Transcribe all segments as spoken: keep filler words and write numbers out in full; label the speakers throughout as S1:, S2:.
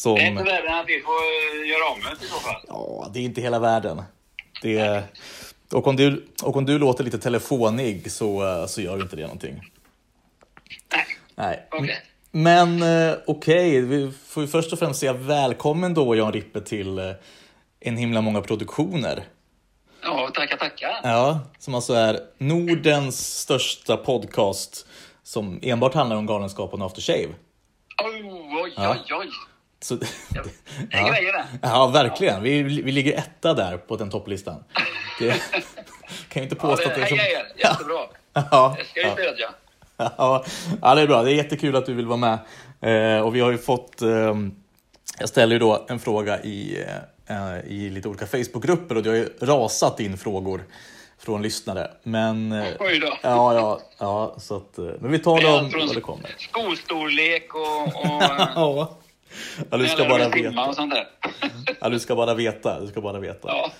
S1: Som...
S2: Det är inte världen att vi får göra om det i så fall.
S1: Ja, det är inte hela världen. Det är... och, om du, och om du låter lite telefonig så, så gör vi inte det någonting.
S2: Nej.
S1: Nej.
S2: Okay.
S1: Men eh, okej, okay. Vi får ju först och främst säga välkommen då, Jan Rippe, till eh, en himla många produktioner.
S2: Ja, tackar, tackar.
S1: Ja, som alltså är Nordens största podcast som enbart handlar om galenskapen After Shave.
S2: Oj, oj,
S1: ja.
S2: oj, oj.
S1: Så,
S2: det är
S1: ja.
S2: grejer det.
S1: Ja, verkligen. Ja. Vi, vi ligger etta där på den topplistan. Det kan ju inte påstå
S2: ja, det,
S1: att det är som...
S2: grejer. Jättebra.
S1: Ja.
S2: Det ska vi stödja.
S1: Ja. Ja, det är bra. Det är jättekul att du vill vara med. Eh, och vi har ju fått... Eh, jag ställer ju då en fråga i, eh, i lite olika Facebookgrupper och det har ju rasat in frågor från lyssnare. Men... Eh,
S2: Oj då.
S1: Ja, ja, ja. Så att, eh, men vi tar dem vad det kommer.
S2: Skolstorlek och... och
S1: ja. Ja, du ska bara veta.
S2: Och sånt där.
S1: Ja, du ska bara veta. Du ska bara veta.
S2: Ja.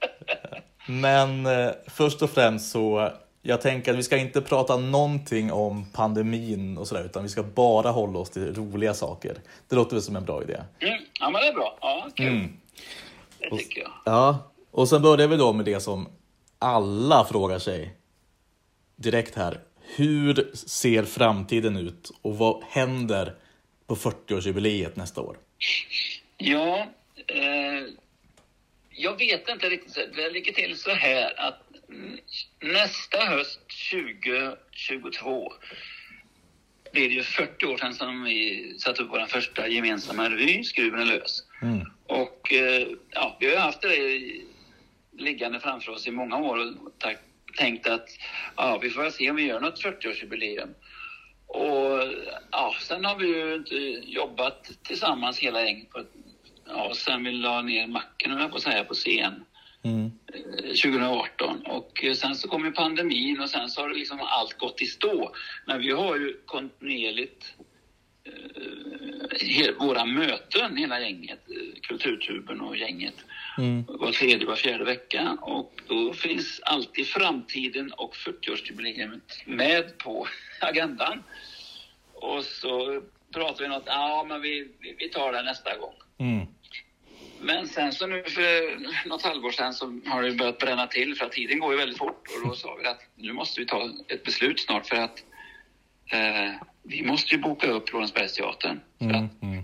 S1: Men eh, först och främst så... Jag tänker att vi ska inte prata någonting om pandemin och sådär, utan vi ska bara hålla oss till roliga saker. Det låter väl som en bra idé.
S2: Mm. Ja, men det är bra. Ja, kul. Mm. Det
S1: och,
S2: tycker jag.
S1: Ja, och sen börjar vi då med det som alla frågar sig direkt här. Hur ser framtiden ut och vad händer på fyrtioårsjubileet nästa år?
S2: Ja, eh, jag vet inte riktigt. Det ligger till så här att nästa höst tjugo tjugotvå blir det ju fyrtio år sedan som vi satte upp vår första gemensamma revy, Skruven är lös. Mm. Och ja, vi har haft det liggande framför oss i många år och tänkt att ja, vi får se om vi gör något fyrtioårsjubileum. Och ja, sen har vi ju inte jobbat tillsammans hela gänget på, ja, sen vi la ner macken och jag på säga på scen. Mm. tjugo arton och sen så kom ju pandemin och sen så har det liksom allt gått i stå. Men vi har ju kontinuerligt eh, våra möten, hela gänget, Kulturtuben och gänget, mm. var tredje, var fjärde vecka och då finns alltid framtiden och fyrtioårsjubileet med på agendan. Och så pratar vi något, ja men vi, vi tar det nästa gång. Mm. Men sen så nu för något halvår sedan så har det börjat bränna till för att tiden går ju väldigt fort. Och då sa vi att nu måste vi ta ett beslut snart för att eh, vi måste ju boka upp Lorensbergsteatern. Mm, att, mm.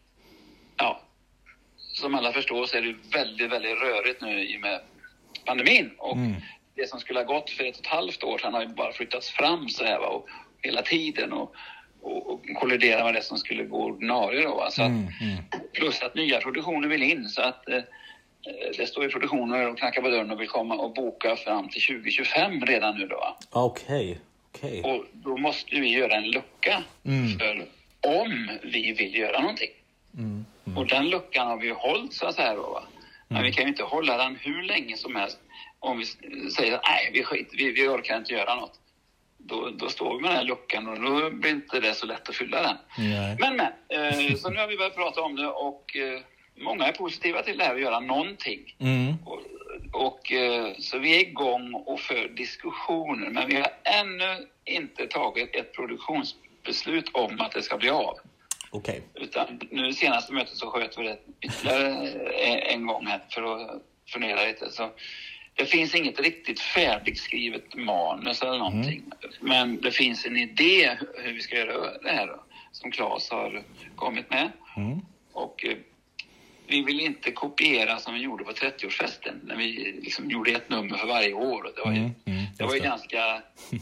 S2: Ja, som alla förstår så är det väldigt, väldigt rörigt nu i med pandemin. Och mm. det som skulle ha gått för ett och ett halvt år sedan har ju bara flyttats fram så här va, och hela tiden och och, och kollidera med det som skulle gå ordinarie då. Alltså mm, mm. Plus att nya produktioner vill in så att eh, det står ju produktioner och knackar på dörren och vill komma och boka fram till tjugo tjugofem redan nu då.
S1: Okej, okay. okay.
S2: Och då måste vi göra en lucka mm. för om vi vill göra någonting. Mm, mm. Och den luckan har vi ju hållit så att säga då va. Men mm. vi kan ju inte hålla den hur länge som helst om vi säger att nej vi, skit, vi, vi orkar inte göra något. Då, då står vi med den här luckan och då blir inte det så lätt att fylla den. Nej. Men, men eh, så nu har vi börjat prata om det och eh, många är positiva till det här att göra någonting. Mm. Och, och eh, så vi är igång och för diskussioner men vi har ännu inte tagit ett produktionsbeslut om att det ska bli av.
S1: Okay.
S2: Utan nu i senaste mötet så sköt vi det ytterligare en gång här för att fundera lite så. Det finns inget riktigt färdigskrivet manus eller någonting. Mm. Men det finns en idé hur vi ska göra det här då, som Claes har kommit med. Mm. Och eh, vi vill inte kopiera som vi gjorde på trettioårsfesten. När vi liksom gjorde ett nummer för varje år. Och det var ju, mm. Mm. det var ju ganska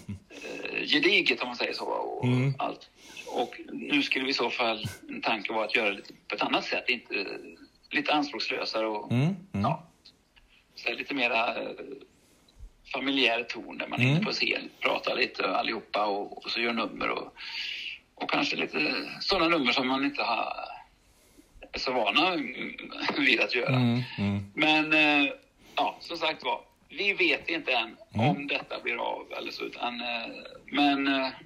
S2: eh, gediget om man säger så. Och, mm. allt. Och nu skulle vi i så fall, en tanke var att göra det på ett annat sätt. Inte, lite anspråkslösare och mm. Mm. ja. Så lite mera familjär ton där man mm. inte på scen pratar lite allihopa och, och så gör nummer och, och kanske lite sådana nummer som man inte har är så vana vid att göra. Mm. Mm. Men ja, som sagt var, vi vet inte än mm. om detta blir av eller så utan men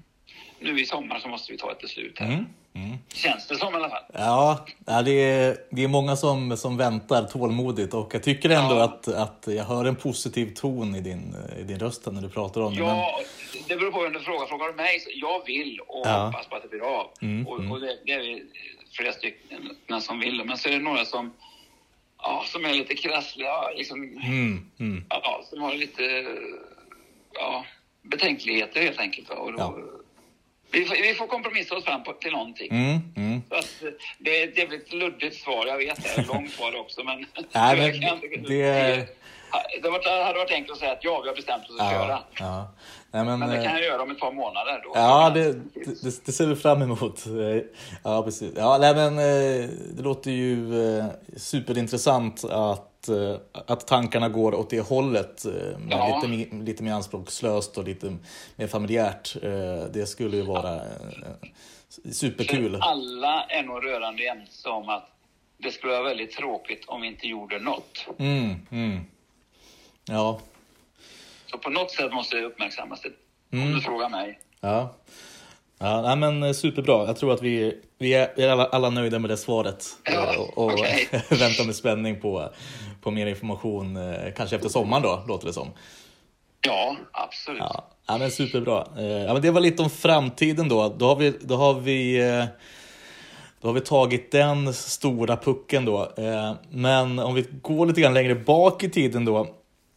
S2: nu i sommar så måste vi ta ett beslut här. Mm. Mm. Känns det som i alla fall.
S1: Ja, det är, det är många som, som väntar tålmodigt och jag tycker ändå ja. att, att jag hör en positiv ton i din, i din röst när du pratar om det.
S2: Ja, men... det beror på om du frågar. Frågar du mig så jag vill och ja. hoppas på att det blir av. Mm, och, mm. och det, det är vi flera stycken som vill. Men så är det några som, ja, som är lite krassliga. Liksom,
S1: mm, mm.
S2: Ja, som har lite ja, betänkligheter helt enkelt. Va? Och då,
S1: Ja.
S2: vi, får, vi får kompromissa oss fram på, till någonting.
S1: Mm, mm.
S2: Så att, det, det blir ett luddigt svar, jag vet det. är långt svar också. Men,
S1: Nej, men
S2: jag kan,
S1: det...
S2: Det hade varit enkelt att säga att ja, vi har bestämt oss att
S1: ja,
S2: köra.
S1: Ja. Nej, men,
S2: men det kan jag göra om ett par månader. Då.
S1: Ja, det, det, det ser vi fram emot. Ja, precis. Ja, nej, men, det låter ju superintressant att, att tankarna går åt det hållet. Ja. Lite, lite mer anspråkslöst och lite mer familjärt. Det skulle ju vara superkul.
S2: För alla är nog rörande ense om att det skulle vara väldigt tråkigt om vi inte gjorde något.
S1: Mm, mm. Ja.
S2: Så på något sätt måste det uppmärksammas, om
S1: mm.
S2: du frågar mig.
S1: Ja, ja nej, men superbra. Jag tror att vi, vi är, vi är alla, alla nöjda med det svaret.
S2: Ja,
S1: och och
S2: okay.
S1: väntar med spänning på, på mer information. Kanske efter sommaren då, låter det som.
S2: Ja, absolut.
S1: Ja, ja men superbra. Ja, men det var lite om framtiden då. Då har vi... Då har vi Då har vi tagit den stora pucken då. Men om vi går lite grann längre bak i tiden då.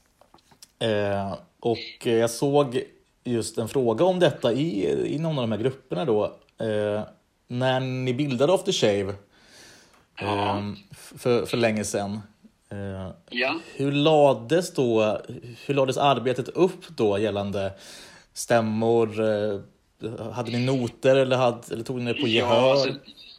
S1: Och jag såg just en fråga om detta i, i någon av de här grupperna då. När ni bildade After Shave
S2: ja.
S1: för, för länge sedan.
S2: Ja.
S1: Hur lades då, hur lades arbetet upp då gällande stämmor? Hade ni noter eller, hade, eller tog ni det på gehör?
S2: Ja, alltså,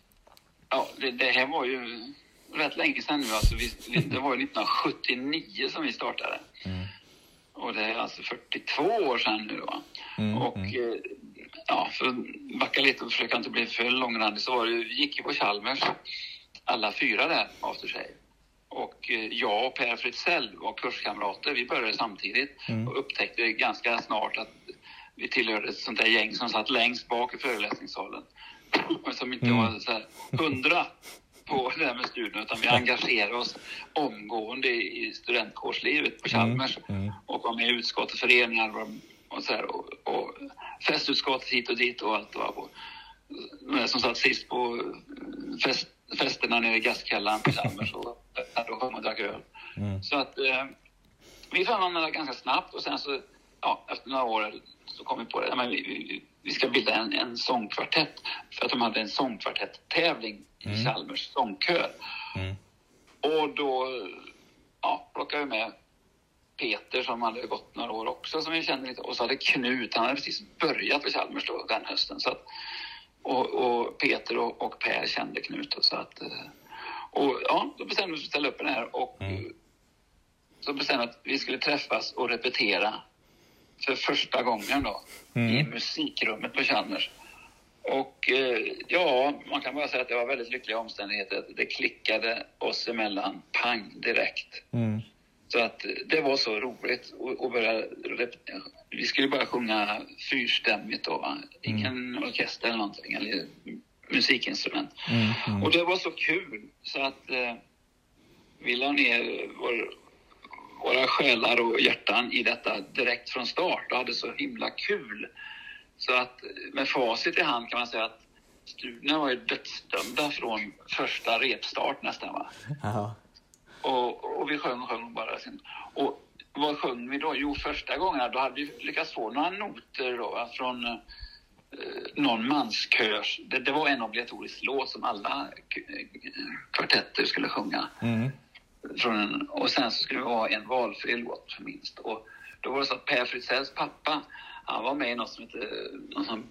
S2: ja det, det här var ju rätt länge sedan nu. Alltså vi, det var ju nittonhundrasjuttionio som vi startade. Mm. Och det är alltså fyrtiotvå år sedan nu va. Mm, och mm. ja, för att backa lite och försöka inte bli för långrandig så var det, vi gick ju på Chalmers alla fyra där After Shave. Och jag och Per Fritzell var kurskamrater. Vi började samtidigt mm. och upptäckte ganska snart att vi tillhörde ett sånt där gäng som satt längst bak i föreläsningssalen. Som inte mm. var så här hundra på det här med studien, utan vi engagerade oss omgående i studentkårslivet på Chalmers mm. Mm. och var med i utskott och föreningar och, och, så här, och, och festutskott hit och dit och allt. Och, och, som satt sist på fest, festerna nere i gastkällan på Chalmers och, och drack öl. Mm. Så att eh, vi fann varandra ganska snabbt och sen så, ja, efter några år så kom vi på det. Men vi, vi, vi ska bilda en, en sångkvartett för att de hade en sångkvartett-tävling i mm. Chalmers sångkör. Mm. Och då ja, plockade vi med Peter som hade gått några år också som vi kände lite. Och så hade Knut, han hade precis börjat på Chalmers då, den hösten. Så att, och, och Peter och, och Per kände Knut. Och, så att, och ja, då bestämde vi oss att ställa upp den här. Och mm. så bestämde vi att vi skulle träffas och repetera för första gången då mm. i musikrummet på Chalmers. Och eh, ja, man kan bara säga att det var väldigt lyckliga omständigheter. Det klickade oss emellan pang direkt. Mm. Så att det var så roligt att börja. Vi skulle bara sjunga fyrstämmigt då, va? Ingen mm. orkester eller någonting, eller musikinstrument. Mm. Mm. Och det var så kul så att eh, vi la ner vår, våra själar och hjärtan i detta direkt från start och hade så himla kul. Så att med facit i hand kan man säga att studierna var ju dödsdömda från första repstart nästan, va? Aha. Och, och vi sjöng och sjöng bara. Och vad sjöng vi då? Jo, första gången då hade vi lyckats få några noter då, från eh, någon manskörs. Det, det var en obligatorisk låt som alla kvartetter skulle sjunga. Mm. Från en, och sen så skulle det vara en valfri låt minst. Och då var det så att Per Fritzells pappa, han var med i något som heter någon sån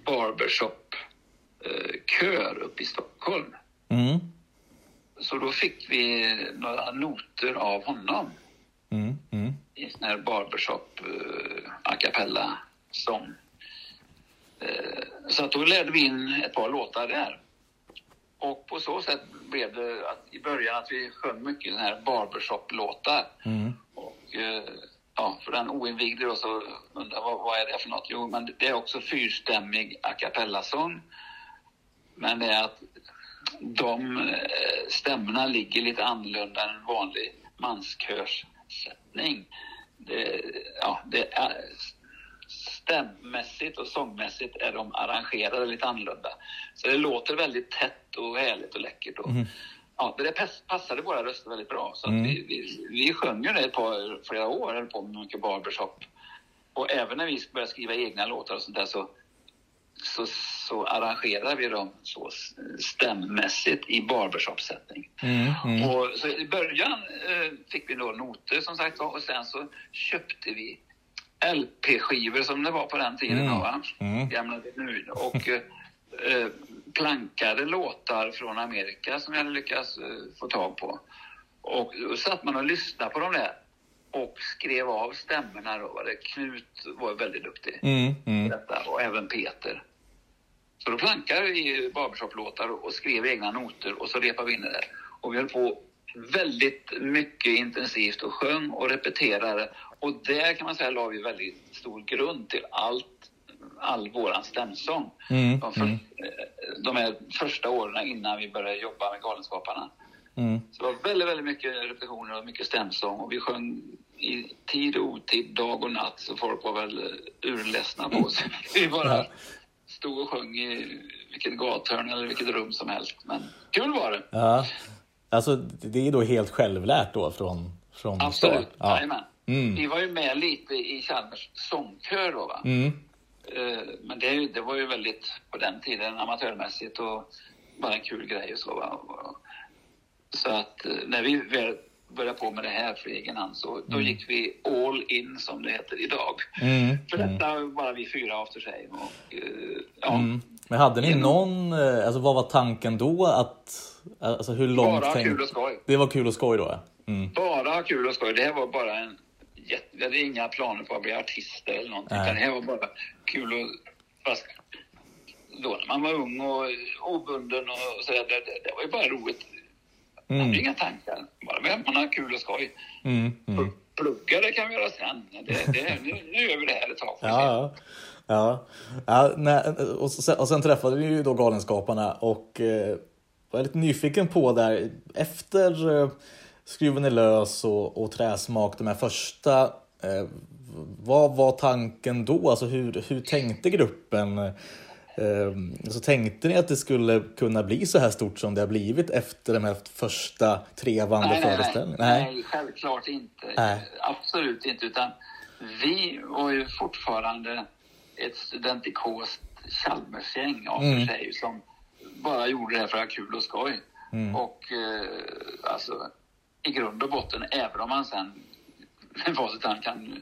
S2: barbershop-kör uppe i Stockholm. Mm. Så då fick vi några noter av honom. Mm. Mm. I en sån här barbershop uh, a cappella sång. Uh, så att då lärde vi in ett par låtar där. Och på så sätt blev det att, i början att vi sjöng mycket den här barbershop-låtar. Mm. Och uh, ja, för den oinvigde då så undrar vad, vad är det för något? Jo, men det är också fyrstämmig a cappella-sång. Men det är att de stämmorna ligger lite annorlunda än en vanlig manskörssättning. Det, ja, det är, stämmässigt och sångmässigt är de arrangerade lite annorlunda. Så det låter väldigt tätt och härligt och läckert. Och, mm. ja, det passade våra röster väldigt bra. Så mm. att vi, vi, vi sjöng ju det ett par, flera år, eller på mycket barbershop. Och även när vi började skriva egna låtar och sånt där så, så, så arrangerar vi dem så stämmässigt i barbershop-sättning. Mm, mm. Och så i början eh, fick vi då noter som sagt, och sen så köpte vi L P-skivor som det var på den tiden. Mm, va? Mm. Gamla nu. Och eh, plankade låtar från Amerika som jag hade lyckats eh, få tag på. Och då satt man och lyssnade på dem där. Och skrev av stämmorna då. Var det Knut var väldigt duktig. Mm, mm. Detta, och även Peter. Så då plankade vi barbershop-låtar och skrev egna noter. Och så repade vi in det. Och vi höll på väldigt mycket intensivt och sjöng och repeterade. Och där kan man säga la vi väldigt stor grund till allt, all våran stämsång. Mm, de, för, mm. de här första åren innan vi började jobba med Galenskaparna. Mm. Så det var väldigt, väldigt mycket repetitioner och mycket stämsång. Och vi sjöng i tid och otid, dag och natt. Så folk var väl urledsna på oss. Vi bara stod och sjöng i vilket gathörn eller vilket rum som helst. Men kul var det.
S1: Ja, alltså det är då helt självlärt då från, från
S2: Absolut,
S1: start. Ja.
S2: Jajamän. Mm. Vi var ju med lite i Chalmers sångkör då, va? Mm. Uh, men det, det var ju väldigt på den tiden amatörmässigt och bara en kul grej och så, va? Så att uh, när vi väl började på med det här för egen hand så då mm. gick vi all in som det heter idag. Mm. För detta mm. bara vi fyra efter sig. Och, uh, ja.
S1: Mm. Men hade ni någon, alltså vad var tanken då att, alltså hur långt
S2: bara
S1: tänk...
S2: kul och skoj.
S1: Det var kul och skoj då, ja. Mm.
S2: Bara kul och skoj. Det här var bara en jätte... Vi hade inga planer på att bli artister eller någonting. Det här var bara kul och... Fast då när man var ung och obunden och så där, det, det var ju bara roligt. Man hade mm. inga tankar. Bara man har kul och skoj. Mm. Mm. Plugga det kan vi göra sen. Det, det, nu, nu gör vi det här ett tag.
S1: Ja, ja. Ja, ja nej, och, sen, och sen träffade vi ju då Galenskaparna och eh, var lite nyfiken på där efter eh, Skruven är lös och, och Träsmak, de här första, eh, vad var tanken då? Alltså hur, hur tänkte gruppen? Eh, så tänkte ni att det skulle kunna bli så här stort som det har blivit efter de här första trevande föreställningarna?
S2: Nej, nej, nej, självklart inte. Nej. Absolut inte, utan vi var ju fortfarande ett studentikost Chalmersgäng av mm. för sig som bara gjorde det här för att ha kul och skoj. Mm. Och eh, alltså i grund och botten, även om man sen facit kan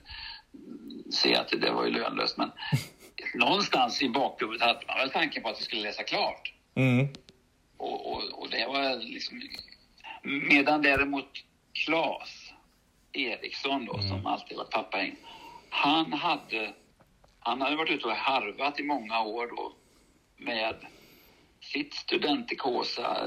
S2: se att det var ju lönlöst, men någonstans i bakhuvudet hade man väl tanken på att vi skulle läsa klart. Mm. Och, och, och det var liksom, medan däremot Claes Eriksson då, mm. som alltid var pappa in, han hade Han hade varit ute och harvat i många år då med sitt studentikosa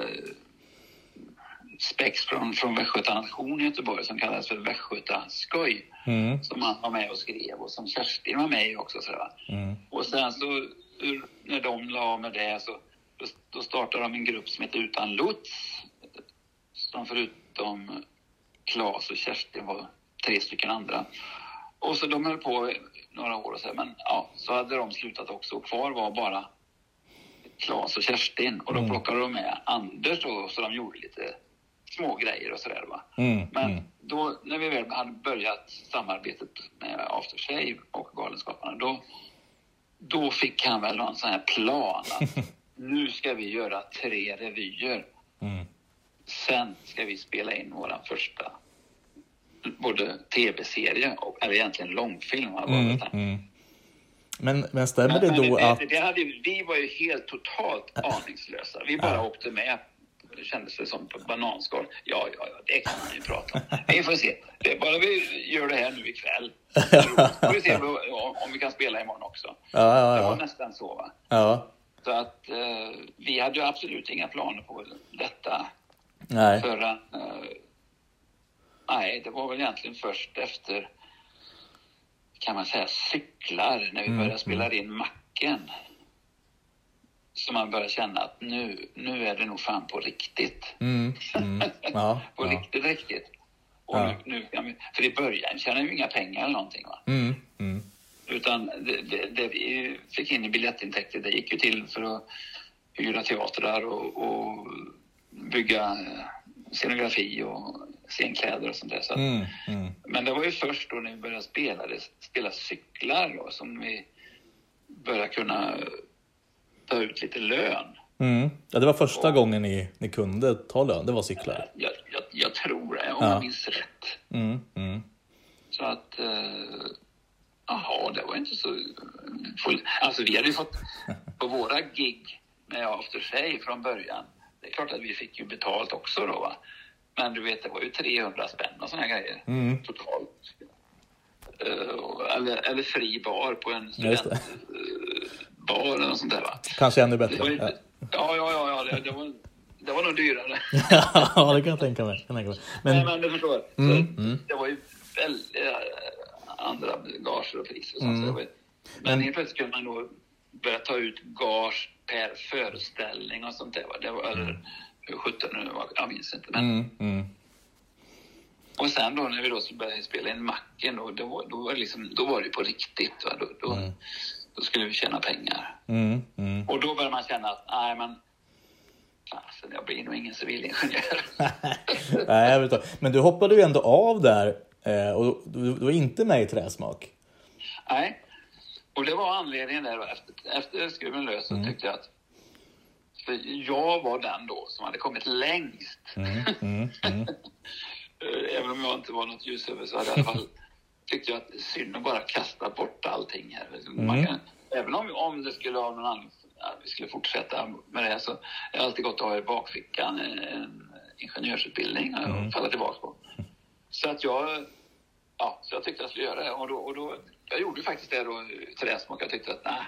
S2: spex från, från Västgöta Nation i Göteborg som kallas för Västgöta Skoj. Mm. Som han var med och skrev och som Kerstin var med i också. Mm. Och sen så när de la med det så då, då startade de en grupp som heter Utan Lots. Som förutom Claes och Kerstin var tre stycken andra. Och så de höll på några år och så, men ja, så hade de slutat också. Och kvar var bara Claes och Kerstin. Och då mm. plockade de med Anders och så de gjorde lite små grejer och sådär, va. Mm. Men mm. då när vi väl hade börjat samarbetet med After Shave och Galenskaparna, då, då fick han väl någon sån här plan att nu ska vi göra tre revyer. Mm. Sen ska vi spela in våran första både tv-serie och eller egentligen långfilm. Mm, mm.
S1: Men, men stämmer det
S2: men,
S1: då
S2: men,
S1: att...
S2: Det, det hade, vi var ju helt totalt aningslösa. Vi bara ja. åkte med. Det kändes det som på bananskal. Ja, ja, ja, det kan man ju prata om. Vi får se. Det är bara vi gör det här nu ikväll. Så får vi se om vi kan spela imorgon också. Ja, ja, ja. Det var nästan så, va? Ja. Så att eh, vi hade ju absolut inga planer på detta. Nej. Förrän... Eh, Nej, det var väl egentligen först efter, kan man säga, cyklar, när vi började mm, spela in Macken. Så man började känna att nu, nu är det nog fan på riktigt. Mm, mm, ja, på ja. riktigt, riktigt. Och ja. nu, nu kan vi, för i början tjänade vi inga pengar eller någonting, va? Mm, mm. Utan det, det, det vi fick in i biljettintäkter, det gick ju till för att hyra teatrar och, och bygga scenografi och scenkläder och sånt där. Så att,
S1: Mm, mm.
S2: Men det var ju först då när vi började spela, spela cyklar då, som vi började kunna ta ut lite lön.
S1: Mm. Ja, det var första
S2: och,
S1: gången ni, ni kunde ta lön, det var cyklar.
S2: Jag, jag, jag tror det, om
S1: ja.
S2: jag minns rätt.
S1: Mm, mm.
S2: Så att, jaha, eh, det var inte så full. Alltså vi hade ju fått på våra gig med After Shave från början. Det är klart att vi fick ju betalt också då, va. Men du vet, det var ju trehundra spänn och såna här grejer
S1: mm.
S2: totalt. Uh, eller, eller fri bar på en studentbar uh, eller något sånt där, va.
S1: Kanske ännu bättre.
S2: Det inte, ja, ja, ja, ja det, det, var, det var nog dyrare.
S1: Ja, det kan jag tänka mig. Kan jag tänka mig. Men...
S2: Nej, men du förstår.
S1: Mm,
S2: så,
S1: mm.
S2: Det var ju väldigt andra gager och priser.
S1: Mm.
S2: Så men men helt plötsligt kunde man nog börja ta ut gage per föreställning och sånt där. Det var, eller hur sjutton nu var, jag minns inte. Men...
S1: Mm, mm.
S2: Och sen då när vi då började spela in Macken, då, då, då, var det liksom, då var det på riktigt. Va? Då, då,
S1: Mm.
S2: då skulle vi tjäna pengar.
S1: Mm, mm.
S2: Och då började man känna att nej men alltså, jag blir nog ingen civilingenjör.
S1: Nej, jag vet inte. Men du hoppade ju ändå av där och du, du var inte med i Träsmak.
S2: Nej, och det var anledningen där. Efter, efter Skruven lös så mm. tyckte jag att för jag var den då som hade kommit längst. Mm, mm, mm. Även om jag inte var något ljushuvud så hade jag i alla fall tyckte jag att synd att bara kasta bort allting här. Mm. Man kan, även om, om det skulle ha någon annan, att vi skulle fortsätta med det här, så är det alltid gott att ha i bakfickan en, en ingenjörsutbildning och mm. falla tillbaka på. Så att jag, ja, så jag tyckte jag skulle göra det. Och då, och då jag gjorde faktiskt det då i Träsmak. Jag tyckte att nej.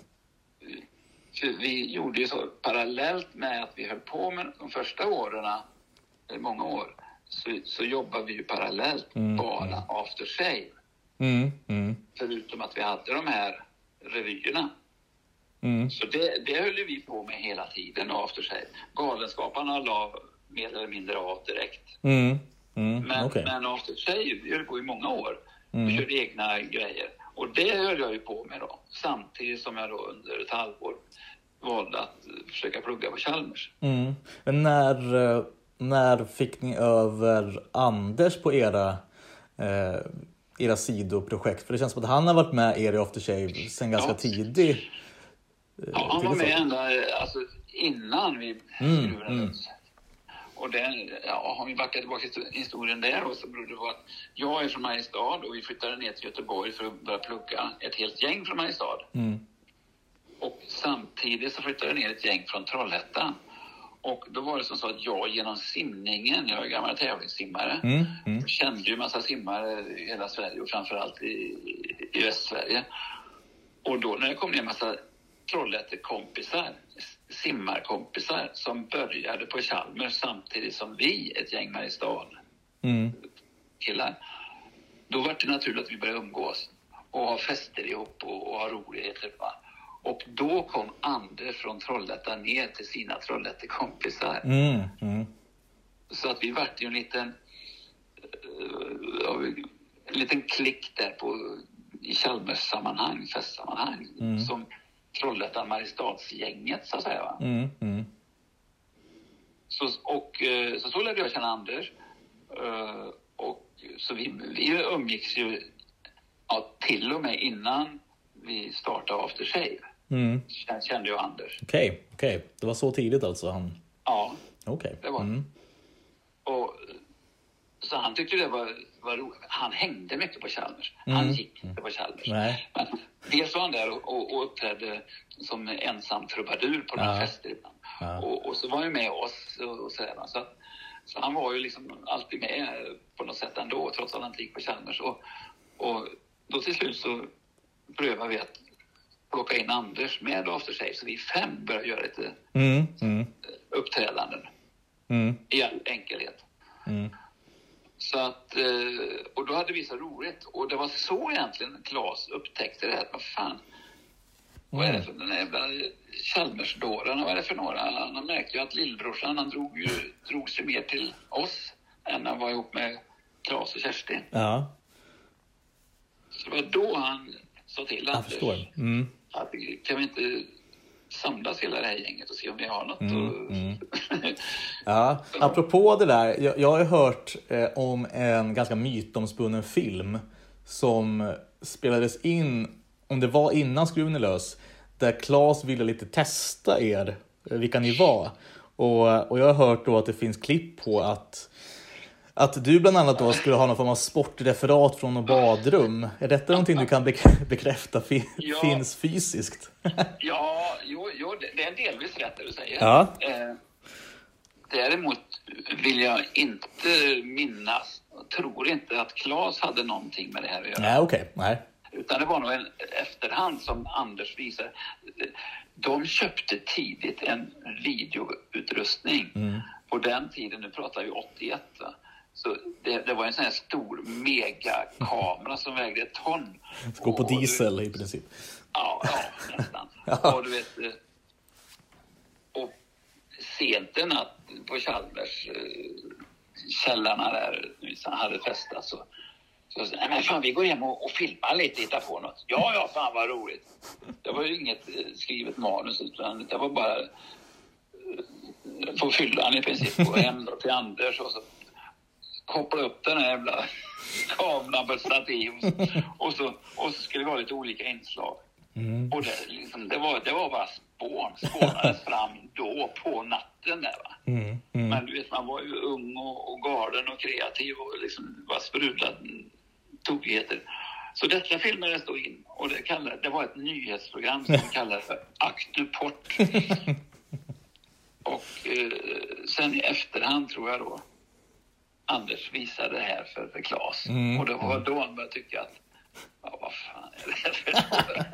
S2: För vi gjorde ju så parallellt med att vi höll på med de första åren, eller många år, så, så jobbade vi ju parallellt mm, bara mm. After Shave. Mm, mm. Förutom att vi hade de här revyerna. Mm. Så det, det höll vi på med hela tiden, After Shave. Galenskaparna la mer eller mindre av direkt. Mm, mm, men, okay. men After Shave vi höll på i många år. Mm. Vi körde egna grejer. Och det höll jag ju på med då. Samtidigt som jag då under ett halvår valde att försöka plugga på Chalmers. Mm.
S1: Men när, när fick ni över Anders på era, eh, era sidoprojekt? För det känns som att han har varit med er i After Shave sen ganska ja. tidigt.
S2: Eh, ja, han var med ända alltså, innan vi mm, skruvade mm. Och den, ja, om vi backar tillbaka till historien där då, så berodde det på att jag är från Mariestad och vi flyttade ner till Göteborg för att börja plugga ett helt gäng från Mariestad. Mm. Och samtidigt så flyttade ner ett gäng från Trollhättan. Och då var det som så att jag genom simningen, jag är gammal tävlingssimmare, mm, mm. kände ju massa simmare i hela Sverige och framförallt i, i Västsverige. Och då när det kom ner en massa Trollhättekompisar, simmarkompisar som började på Chalmers samtidigt som vi, ett gäng Mariestad mm. killar, då var det naturligt att vi började umgås och ha fester ihop och, och ha roligheter. Va? Och då kom Anders från Trollhättan ner till sina Trollhättekompisar. Mm, mm. Så att vi vart ju en liten uh, en liten klick där på, i Chalmers sammanhang, festsammanhang, mm. som Trollhättan Mariestadsgänget så att säga. Va? Mm, mm. Så, och uh, så, så lärde jag känna Anders. Uh, och så vi, vi umgicks ju ja, till och med innan vi startade After Shave. Mm. Kände jag Anders.
S1: Okej, okay, okej. Okay. Det var så tidigt alltså? Han...
S2: Ja,
S1: okay.
S2: det var mm. Och så han tyckte det var, var roligt. Han hängde mycket på Chalmers. Mm. Han gick inte på Chalmers. Nej. Men dels var han där och, och, och uppträdde som ensam trubadur på några ja. fester ibland. Ja. Och, och så var han med oss och, och sådär. Så, så han var ju liksom alltid med på något sätt ändå, trots att han inte gick på Chalmers. Och, och då till slut så prövade vi att plocka in Anders med After Shave, så vi fem började göra lite mm, mm. uppträdanden mm. i all enkelhet. Mm. Så att, och då hade vi så roligt, och det var så egentligen Claes upptäckte det här, vad fan mm. vad är det för den jävla Chalmersdårarna, vad är det för några? Han märkte ju att lillbrorsan, han drog ju, drog sig mer till oss än han var ihop med Claes och Kerstin. Ja. Så det var då han sa till
S1: Jag
S2: Anders
S1: förstår. Mm.
S2: att kan vi inte samlas hela det här gänget och se om vi har något.
S1: Mm,
S2: och...
S1: mm. Ja, apropå det där, jag, jag har hört eh, om en ganska mytomspunnen film som spelades in, om det var innan Skruven är lös, där Claes ville lite testa er, vilka ni var. Och, och jag har hört då att det finns klipp på att Att du bland annat då skulle ha någon form av sportreferat från något badrum. Är detta någonting du kan bek- bekräfta fi-
S2: ja.
S1: finns fysiskt?
S2: Ja, jo, jo, det är delvis rätt det du säger.
S1: Ja.
S2: Eh, däremot vill jag inte minnas, tror inte att Claes hade någonting med det här att göra.
S1: Nej, okej. Okay. Nej.
S2: Utan det var nog en efterhand som Anders visade. De köpte tidigt en videoutrustning. Mm. På den tiden, nu pratar vi åttioett, va? Så det, det var en sån här stor megakamera som vägde ett ton.
S1: Gå på diesel i princip.
S2: Ja, ja nästan. Ja. Och du vet, och sent en natt på Chalmers källarna där som hade festat så så nej men fan vi går hem och, och filmar lite, hitta på något. Ja, ja, fan vad roligt. Det var ju inget skrivet manus utan det var bara få fyllan i princip och hem då till Anders och så koppla upp den här jävla kameran på ett stativ och så, och så skulle det vara lite olika inslag. Mm. Och det, liksom, det, var, det var bara spån, spånades fram då på natten där va. Mm. Mm. Men du vet, man var ju ung och, och galen och kreativ och liksom var sprudlad tokigheter. Så detta filmades då in och det, kallade, det var ett nyhetsprogram som kallades för Aktuport. Och eh, sen i efterhand tror jag då Anders visade det här för, för Claes. Mm. Och det var då han började tycka att ja, vad fan är det här för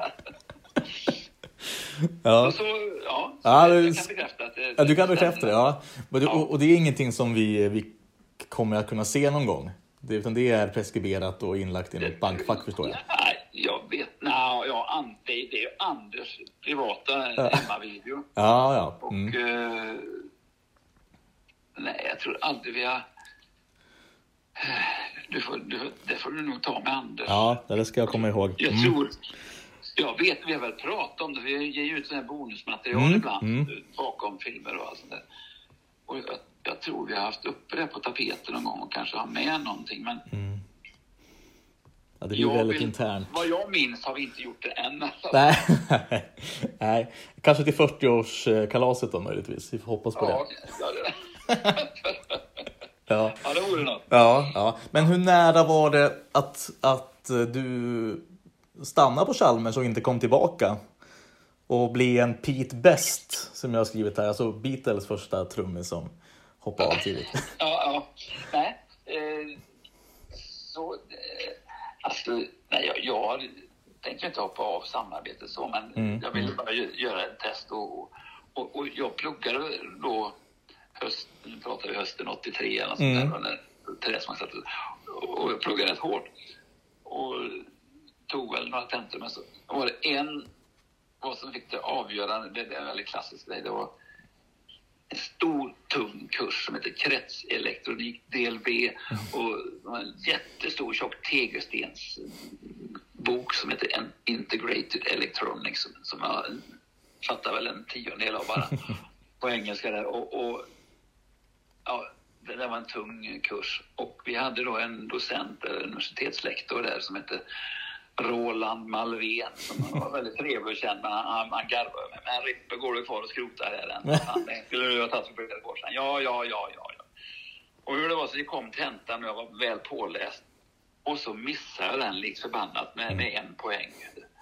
S2: ja. Och så, ja, så
S1: ja,
S2: jag, jag kan bekräfta att det,
S1: ja, du kan bekräfta det, ja. Och, ja. Och, och det är ingenting som vi, vi kommer att kunna se någon gång. Det, utan det är preskriberat och inlagt i något bankfack, förstår jag.
S2: Nej, jag vet. Nej, ja, det, det är ju Anders privata ja. hemmavideo.
S1: Ja, ja.
S2: Mm. Och eh, nej, jag tror aldrig vi har... Du får, du, det får du nog ta med Anders.
S1: Ja, det ska jag komma ihåg.
S2: Jag mm. tror... Jag vet, vi har väl pratat om det. Vi ger ju ut sån här bonusmaterial mm. ibland mm. bakom filmer och allt sånt där. Och jag, jag tror vi har haft uppe det på tapeten någon gång och kanske har med någonting, men... Mm.
S1: Ja, det blir jag väldigt vill, internt.
S2: Vad jag minns har vi inte gjort det än. Alltså.
S1: Nej. Nej, kanske till fyrtio-årskalaset då möjligtvis. Vi får hoppas på
S2: ja,
S1: det.
S2: Ja, det. ja. ja, det vore något.
S1: Ja, ja. Men hur nära var det att, att du stannade på Chalmers och inte kom tillbaka? Och bli en Pete Best, som jag har skrivit här. Alltså Beatles första trummis som hoppade av tidigt.
S2: ja, ja. Nej. Eh, så... Eh, alltså, nej, jag, jag tänkte inte hoppa av samarbetet så, men mm. jag ville bara göra ett test och, och, och jag pluggade då höst, nu pratar vi hösten åttiotre eller sånt mm. där, när Therese man satt, och jag pluggade rätt hårt och tog väl några tentor, men så var det en vad som fick det avgörande, det, det är en väldigt klassisk grej, det var en stor tung kurs som heter kretselektronik del B och en jättestor tjock tegelstens bok som heter Integrated Electronics som, som jag fattar väl en tiondel av bara på engelska där och, och ja, det där var en tung kurs och vi hade då en docent, en universitetslektor där som hette Roland Malvén som var väldigt trevlig och känd, men han, han, han garvade med. Men Rippe, går du kvar och skrotar här än? Han skulle du ha tagit för flera år sedan? Ja, ja, ja, ja, ja. Och hur det var så vi kom till tentan och jag var väl påläst. Och så missade jag den likt förbannat med, med en poäng.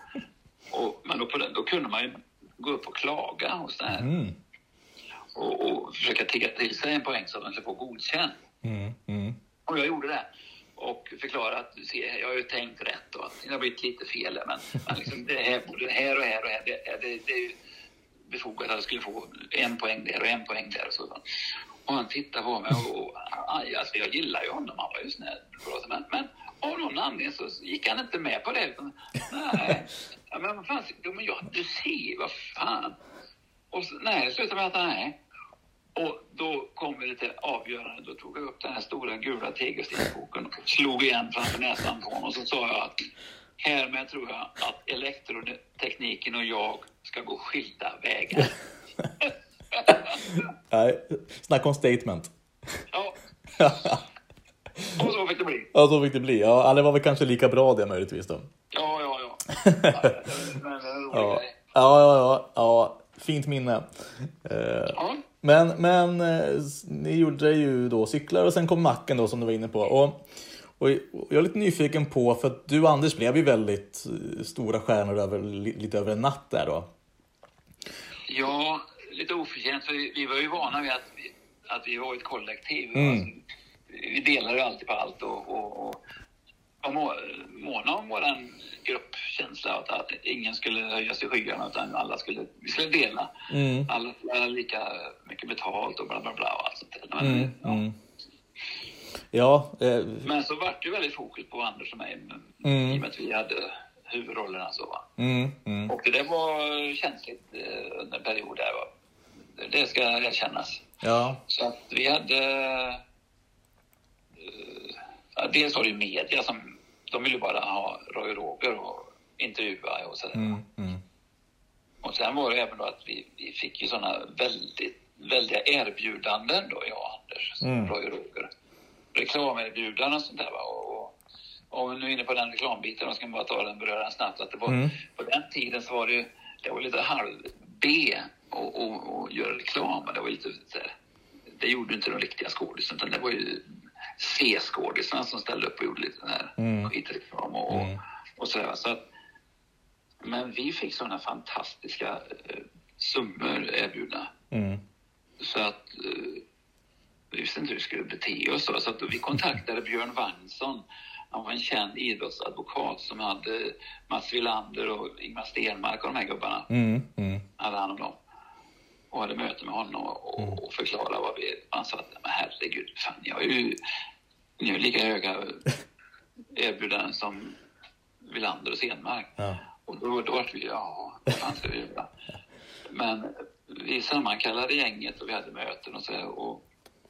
S2: Och, men då, på den, då kunde man ju gå upp och klaga hos den här. Mm. Och, och försöka tigga till sig en poäng så att man skulle få godkänt. Mm. Mm. Och jag gjorde det. Och förklara att se, jag har ju tänkt rätt och att det har blivit lite fel. Men, men liksom, det, här, det här och här och här, det, det, det är ju befogat att jag skulle få en poäng där och en poäng där och så. Och han tittade på mig och, och alltså, jag gillar ju honom, han var ju snäll. Men, men av någon anledning så gick han inte med på det. Utan, nej, ja, men vad fan, men jag, du ser, vad fan. Och så, nej, det slutade med att nej. Och då kom vi till avgörande. Då tog jag upp den här stora gula tegelstensboken och slog igen framför näsan på honom. Och så sa jag att Härmed tror jag att elektrotekniken och jag ska gå skilda vägar.
S1: Nej, snacka om statement.
S2: Ja. Och så fick det bli.
S1: Ja, så fick det bli. Ja, det var väl kanske lika bra det möjligtvis då.
S2: Ja, ja, ja. ja, men,
S1: ja. ja, ja, ja, ja. Fint minne. Eh,
S2: ja.
S1: Men, men ni gjorde ju då cyklar och sen kom macken då som du var inne på. Och, och jag är lite nyfiken på, för att du och Anders blev ju väldigt stora stjärnor över, lite över en natt där då.
S2: Ja, lite oförtjänt, för vi, vi var ju vana vid att vi, att vi var ett kollektiv.
S1: Mm.
S2: Alltså, vi delade ju alltid på allt och, och, och, och må, måna om våran gruppkänsla, att, att ingen skulle höja sig i skyarna, utan alla skulle, vi skulle dela.
S1: Mm.
S2: Alla skulle ha lika mycket betalt och bla bla bla och allt sånt där. Men,
S1: Mm.
S2: ja.
S1: Mm. Ja, eh.
S2: Men så var det ju väldigt fokus på Anders och mig,
S1: Mm.
S2: i och med att vi hade huvudrollerna så, va.
S1: Mm. Mm.
S2: Och det där var känsligt eh, under en period där, va. Det ska erkännas.
S1: Ja.
S2: Så att vi hade uh, dels var det ju media som de ville bara ha Roy och Roger och intervjua och sådär.
S1: Mm. Mm.
S2: Och sen var det även då att vi, vi fick ju sådana väldigt väldiga erbjudanden då, jag och Anders,
S1: Mm.
S2: Roy och Roger. Reklamerbjudanden och sånt där, va. Och, och nu är inne på den reklambiten, och ska man bara ta den beröra snabbt, att det var,
S1: Mm.
S2: på den tiden så var det ju, det var lite halv B och, och, och göra reklam. Det var lite så här, det gjorde inte de riktiga skådisarna, utan det var ju C-skådisarna som ställde upp och gjorde lite den här
S1: Mm.
S2: skitreklam och,
S1: Mm.
S2: och, och så där. Så att, men vi fick sådana fantastiska eh, summor erbjudna.
S1: Mm.
S2: Så att eh, vi visste inte hur vi skulle bete oss. Så, så att vi kontaktade Björn Wagnsson. Han var en känd idrottsadvokat som hade Mats Wilander och Ingmar Stenmark och de här gubbarna.
S1: Mm. Mm.
S2: Hade han om dem. Och hade möte med honom och, och förklarade vad vi... Han sa att, men herregud, fan, jag är ju, jag är lika höga erbjudanden som Wilander och Stenmark.
S1: Ja.
S2: Och då, då var vi, ja, vad fan ska vi göra? Men vi sammankallade gänget och vi hade möten och så här, och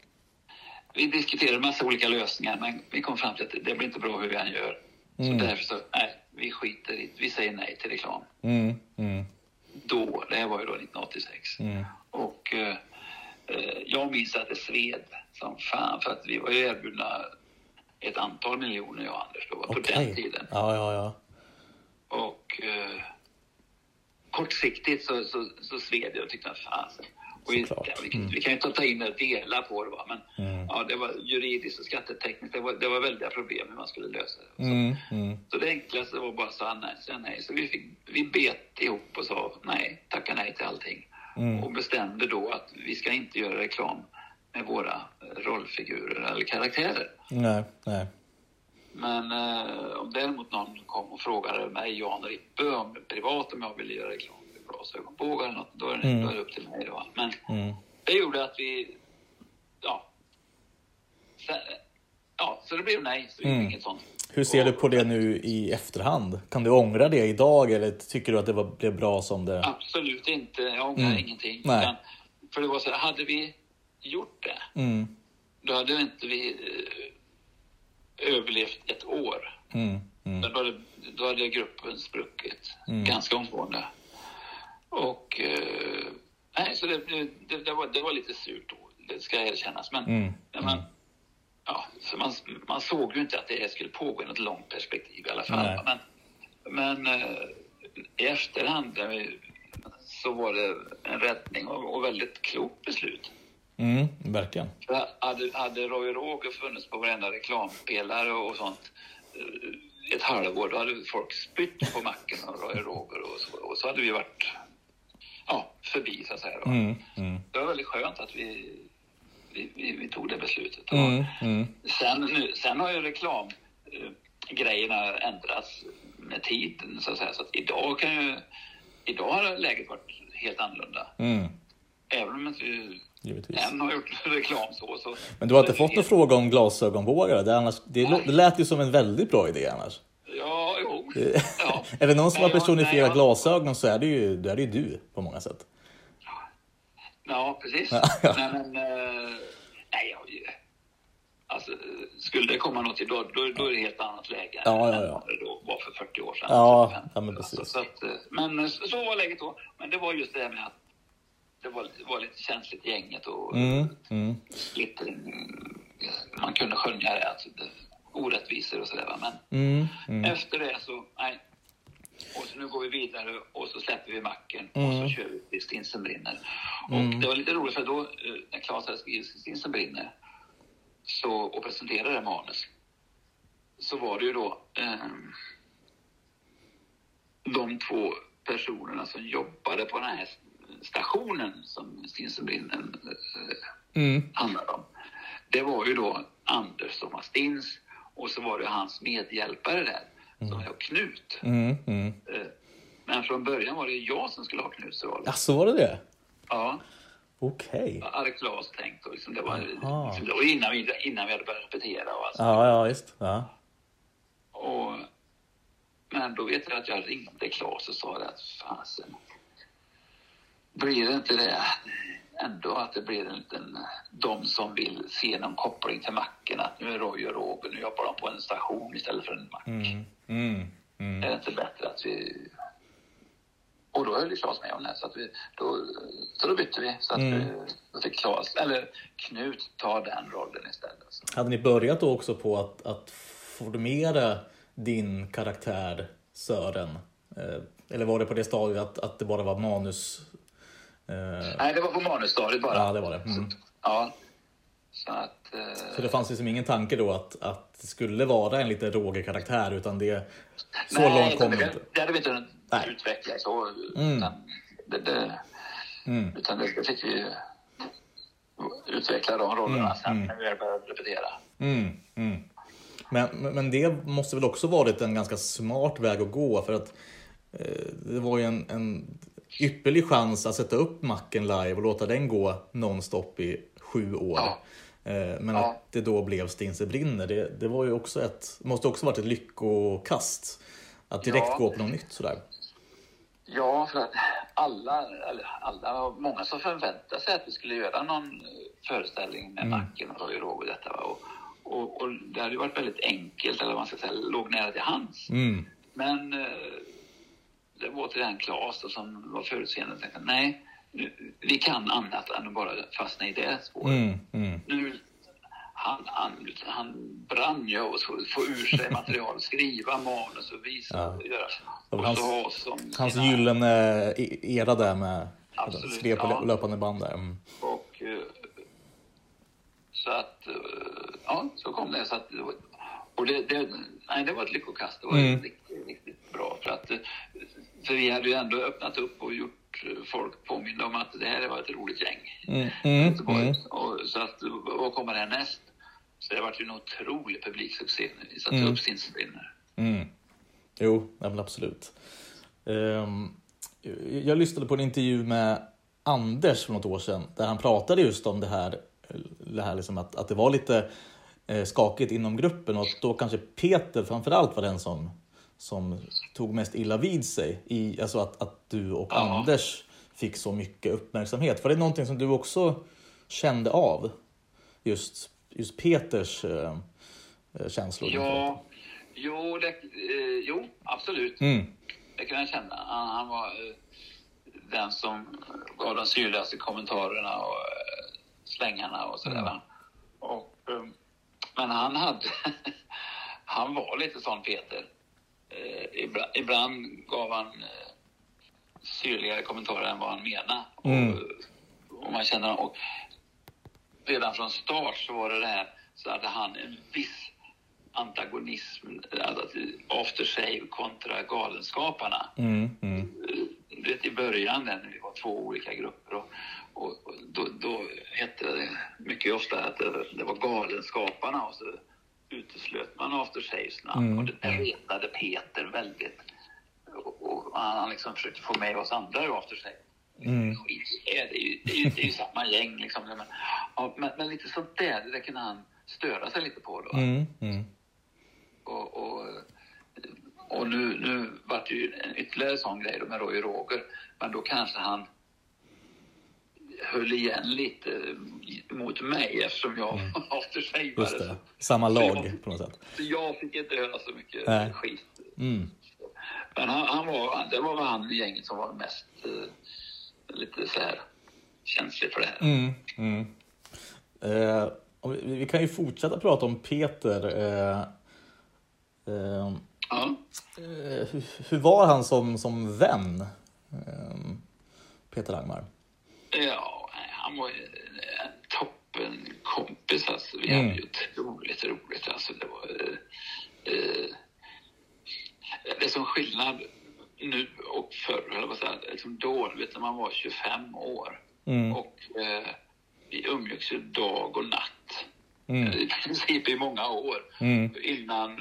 S2: vi diskuterade en massa olika lösningar, men vi kom fram till att det blir inte bra hur vi än gör.
S1: Mm.
S2: Så därför så, nej, vi skiter i, vi säger nej till reklam.
S1: Mm. Mm.
S2: Då, det här var ju då nittonhundraåttiosex.
S1: Mm.
S2: Och eh, jag minns att det sved som fan, för att vi var ju erbjudna ett antal miljoner, jag och Anders, då, på
S1: Okej.
S2: den tiden.
S1: Ja, ja, ja.
S2: Och eh, kortsiktigt så, så, så sved jag och tyckte att fan. Och vi,
S1: Såklart.
S2: ja, vi, kan-
S1: Mm.
S2: vi kan ju ta, ta in och dela på det, va? Men
S1: Mm.
S2: ja, det var juridiskt och skattetekniskt, det var, det var väldiga problem hur man skulle lösa det. Så,
S1: Mm. Mm.
S2: så det enklaste var bara att säga nej, säga nej. Så vi, fick, vi bet ihop och sa nej, tacka nej till allting.
S1: Mm.
S2: Och bestämde då att vi ska inte göra reklam med våra rollfigurer eller karaktärer.
S1: Nej, nej.
S2: Men eh, om däremot någon kom och frågade mig, Jan Rippe, om privat, om jag ville göra reklam för glasögonbågar eller något, då är, det,
S1: Mm.
S2: då är det upp till mig då. Men
S1: Mm.
S2: det gjorde att vi, ja, sen, ja, så det blev nej, så det
S1: Mm.
S2: blev inget sånt.
S1: Hur ser du på det nu i efterhand? Kan du ångra det idag, eller tycker du att det var, blev bra som det?
S2: Absolut inte, jag ångrar
S1: Mm.
S2: ingenting.
S1: Nej.
S2: Utan, för det var så här, hade vi gjort det,
S1: Mm.
S2: då hade inte vi eh, överlevt ett år.
S1: Mm. Mm.
S2: Då hade, då hade gruppen spruckit
S1: Mm.
S2: ganska omgående. Och eh, nej, så det, det, det, var, det var lite surt då, det ska erkännas. Men,
S1: Mm.
S2: men man, ja, så man, man såg ju inte att det skulle pågå i något långt perspektiv i alla fall.
S1: Nej.
S2: Men, men eh, i efterhand eh, så var det en räddning och, och väldigt klokt beslut.
S1: Mm. Verkligen.
S2: För hade, hade Roy och Roger funnits på varenda reklampelare och sånt eh, ett halvår, då hade folk spytt på macken och Roy och Roger, och så, och så hade vi varit ja, förbi, så att säga. Då.
S1: Mm. Mm.
S2: Det var väldigt skönt att vi, vi, vi, vi tog det beslutet.
S1: Mm. Mm.
S2: Sen, nu, sen har ju reklamgrejerna ändrats med tiden, så att säga. Så att idag kan ju, idag har läget varit helt annorlunda.
S1: Mm.
S2: Även om inte vi
S1: Givetvis.
S2: än har gjort reklam så. så
S1: Men du har inte fått någon fråga om glasögonvågare? Det, annars, det, lå- det lät ju som en väldigt bra idé annars.
S2: Ja, jo. Ja.
S1: Är det någon som har
S2: Nej, jag-
S1: personifierat
S2: nej, jag-
S1: glasögon, så är det ju, det är det ju du på många sätt.
S2: Ja, precis.
S1: Ja, ja.
S2: Nej, men... eh, nej, jag, alltså, skulle det komma något till då, då, då är det helt annat läge
S1: ja, ja, ja.
S2: än vad det då var för fyrtio år sedan.
S1: Ja, ja men precis.
S2: Alltså, så att, men så, så var läget då. Men det var just det här med att det var, det var lite känsligt i gänget och
S1: mm, mm.
S2: lite, man kunde skönja det, alltså, det orättvisor och sådär. Men
S1: mm, mm.
S2: efter det så, nej. Och så nu går vi vidare och så släpper vi macken
S1: mm.
S2: och så kör vi till Stinsen brinner.
S1: Mm.
S2: Och det var lite roligt för då, när Claes hade skrivit Stinsen brinner så, och presenterade det manus, så var det ju då eh, de två personerna som jobbade på den här stationen som Stinsen brinner eh, mm. handlade om. Det var ju då Anders som var Stins och så var det hans medhjälpare där.
S1: Mm.
S2: Som var Knut.
S1: Mm, mm.
S2: Men från början var det jag som skulle ha Knuts roll.
S1: Ja, så var det det?
S2: Ja.
S1: Okej.
S2: Okay. Hade Claes tänkt. Och liksom det var, liksom, det var innan, vi, innan vi hade börjat repetera. Och alltså.
S1: Ja, ja, just. Ja.
S2: Och, men då vet jag att jag ringde Claes och sa det att fasen, blir det inte det ändå att det blir en liten, de som vill se någon koppling till macken, att nu är Roy och Roger, nu jobbar de på en station istället för en mack. Mm, mm, mm. Är det inte bättre att vi... Och då höll ju Claes med om det, så att vi, då, så då bytte vi, så att mm. vi, då fick Claes, eller Knut, ta den rollen istället. Så.
S1: Hade ni börjat då också på att, att formera din karaktär Sören? Eh, eller var det på det stadiet att, att det bara var manus?
S2: Eh... Nej, det var på manusstadiet bara.
S1: Ja, det var det. Mm.
S2: Så, ja. Så att... Eh...
S1: Så det fanns liksom ingen tanke då att, att det skulle vara en lite Roger-karaktär, utan det... Så
S2: Nej,
S1: långt kom det
S2: inte. Det hade vi inte utvecklat så.
S1: Mm.
S2: Utan, det, det, mm. utan det fick vi utveckla de rollerna mm. sen när vi började repetera.
S1: Mm. Mm. Men, men det måste väl också varit en ganska smart väg att gå, för att eh, det var ju en, en ypperlig chans att sätta upp macken live och låta den gå nonstop i sju år. Ja. Eh, men ja. Att det då blev Stinsen brinner, det, det var ju också ett, måste också varit ett lyckokast att direkt ja. Gå på något nytt sådär.
S2: Ja, för att alla, eller alla, många som förväntade sig att vi skulle göra någon föreställning med mm. macken och Roy och Roger detta var. Och, och, och det hade ju varit väldigt enkelt, eller man ska säga, låg nära till hands. Mm. Men eh, det var till den Claes som var förutseende och tänkte, nej, vi kan annat än att bara fastna i det spåret. Mm. Mm. Nu, han, han, han brann ju och få ur sig material, skriva manus och visa ja. Och göra. Och
S1: hans,
S2: så som
S1: hans sina... gyllene era där med
S2: absolut,
S1: skrev på ja. Löpande band där. Mm.
S2: Och så att ja, så kom det, så att och det, det, nej, det var ett lyckokast. Det var mm. riktigt, riktigt bra för att för vi hade ju ändå öppnat upp och gjort folk påminna om att det här var ett roligt gäng. Mm. Mm. Mm. Och så att vad kommer det näst? Så det har varit ju en otrolig publiksuccé när vi satte mm. upp Stinsen brinner.
S1: Mm. Jo, ja, men absolut. Um, jag lyssnade på en intervju med Anders för något år sedan där han pratade just om det här, det här liksom att, att det var lite eh, skakigt inom gruppen och att då kanske Peter framförallt var den som, som tog mest illa vid sig i, alltså att, att du och ja. Anders fick så mycket uppmärksamhet. För det är någonting som du också kände av, just, just Peters eh, känslor.
S2: Ja, jo, det, eh, jo absolut. Mm. Det kan jag känna. Han, han var eh, den som gav de syrligaste kommentarerna och eh, slängarna och sådär. Mm. Och, eh, men han hade han var lite sån Peter. Eh, ibland, ibland gav han eh, syrligare kommentarer än vad han menade. Mm. Och, och man känner, och redan från start så var det det här, så hade han en viss antagonism, alltså After Shave kontra Galenskaparna. Mm, mm. Det i början när vi var två olika grupper och, och, och då, då hette det mycket ofta att det, det var Galenskaparna och så uteslöt man After Shaves namn mm. och det retade Peter väldigt och, och han liksom försökte få med oss andra i After Shave. Mm. Det, är ju, det, är ju, det är ju samma gäng liksom. Men, ja, men, men lite sånt där, det kan han störa sig lite på då. Mm. Mm. Och, och, och nu, nu var det ju en ytterligare sån grej då med Roy och Roger. Men då kanske han höll igen lite mot mig eftersom jag mm. var aftershavare.
S1: Just det, samma lag
S2: jag,
S1: på något sätt.
S2: Så jag fick inte höra så mycket
S1: Nej.
S2: skit.
S1: Mm.
S2: Men han, han var, det var han i gänget som var mest uh, lite så här känslig för det här.
S1: Mm. Mm. Eh, vi, vi kan ju fortsätta prata om Peter. Eh, eh,
S2: ja.
S1: eh, hur, hur var han som, som vän? Eh, Peter Langmar.
S2: Ja, han var ju en toppen kompis. Alltså. Vi
S1: mm.
S2: hade ju otroligt roligt. Alltså, det var eh, det är som skillnad nu och förr. Eller vad säger, liksom då, vet, när man var tjugofem år. Mm. Och eh, vi umgicks ju dag och natt. Mm. I princip i många år. Mm. Innan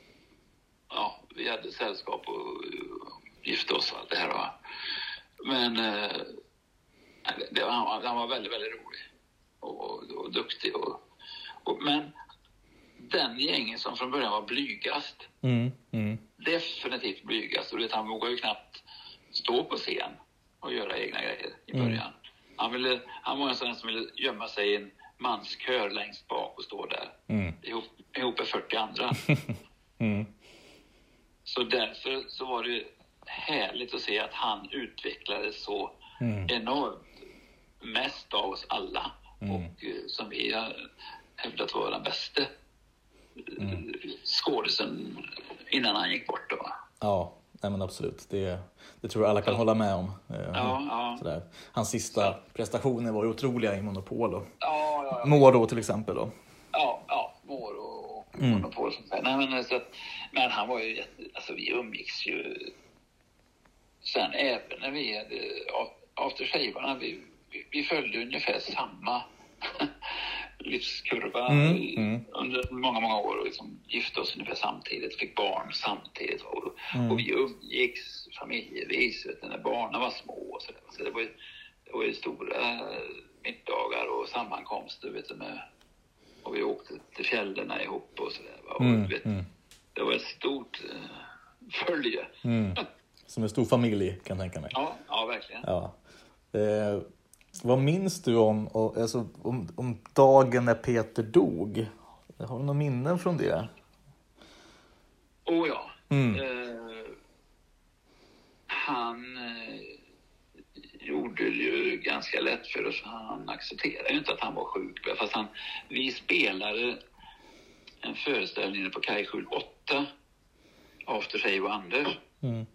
S2: ja, vi hade sällskap och, och gifte oss och allt det här. Va? Men eh, det var, han, han var väldigt, väldigt rolig. Och, och, och duktig. Och, och, men den gängen som från början var blygast. Mm. Mm. Definitivt blygast. Och det, han vågade ju knappt stå på scen och göra egna grejer i början. Mm. Han, ville, han var en sån som ville gömma sig i en manskör längst bak och stå där. Mm. Ihop, ihop med fyrtio andra. mm. Så därför så var det härligt att se att han utvecklades så mm. enormt. Mest av oss alla. Mm. Och som vi har hävdat var den bästa mm. skådisen innan han gick bort då.
S1: Ja, nej men absolut. Det, det tror jag alla kan ja. hålla med om.
S2: Ja, ja.
S1: Sådär. Hans sista så. prestationer var ju otroliga i Monopol då.
S2: Ja, ja, ja.
S1: Moro till exempel då.
S2: Ja, ja. Moro och mm. Monopol som säger. Nej, men, så att, men han var ju jätte, alltså vi umgicks ju sen även när vi hade aftershavarna, vi, vi, vi följde ungefär samma livskurva mm, mm. under många, många år och liksom gifte oss ungefär samtidigt, fick barn samtidigt och, mm. och vi umgicks familjevis, vet du, när barnen var små och så, där. Så det var ju, det var ju stora middagar och sammankomster, vet du, med, och vi åkte till fjällen ihop och sådär. Mm, mm. Det var ett stort uh, följe. Mm.
S1: Som en stor familj, kan jag tänka mig.
S2: Ja, ja verkligen.
S1: Ja. Eh, vad minns du om, alltså, om, om dagen när Peter dog? Har du några minnen från det?
S2: Oh ja. Mm. Eh, han eh, gjorde ju ganska lätt för oss. Han accepterade ju inte att han var sjuk. Fast han, vi spelade en föreställning på Kaj åtta Aftershave och Anders. Mm.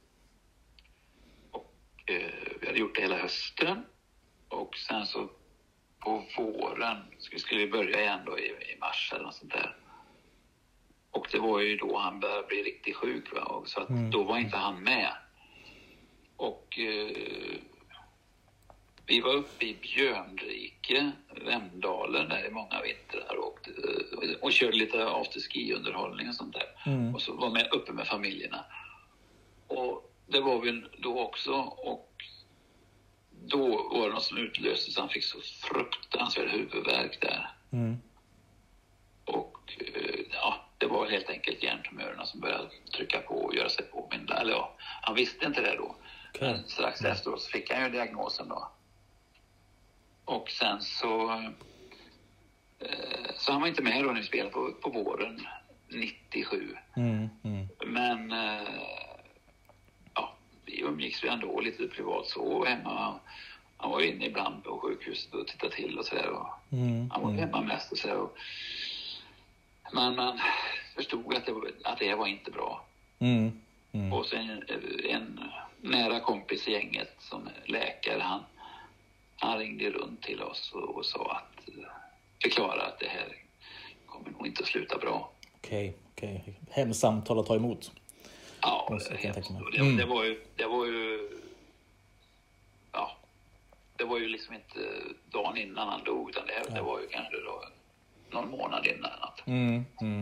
S2: Och eh, vi hade gjort det hela hösten. Och sen så på våren skulle vi börja igen då i, i mars eller något sånt där. Och det var ju då han började bli riktigt sjuk, va? Och så att mm. då var inte han med. Och eh, vi var uppe i Björnrike, Vemdalen där i många vintrar och, och körde lite afterski-underhållning och sånt där. Mm. Och så var med uppe med familjerna. Och det var vi då också, och då var det något som utlöstes. Han fick så fruktansvärd huvudvärk där. Mm. Och ja, det var helt enkelt hjärntumörerna som började trycka på och göra sig påminda. Eller ja, han visste inte det då. Okay. Men strax mm. efteråt så fick han ju diagnosen då. Och sen så eh, så han var inte med då när vi spelade på, på våren nittiosju. Mm. Mm. Men eh, ja, vi umgicks ju ändå lite privat så hemma. Han var inne ibland på sjukhuset och tittade till och sådär. Mm. Han var mm. hemma mest och så. Men man förstod att det var, att det var inte bra. Mm. Mm. Och sen en, en nära kompis i gänget som läkare, han, han ringde runt till oss och, och sa att förklara att det här kommer nog inte att sluta bra.
S1: Okej, okay, okej. Okay. Hemsamtal att ta emot.
S2: Ja, det, det, mm. det var ju det var ju ja, det var ju liksom inte dagen innan han dog, utan det, ja. det var ju kanske då någon månad innan. Mm. Mm.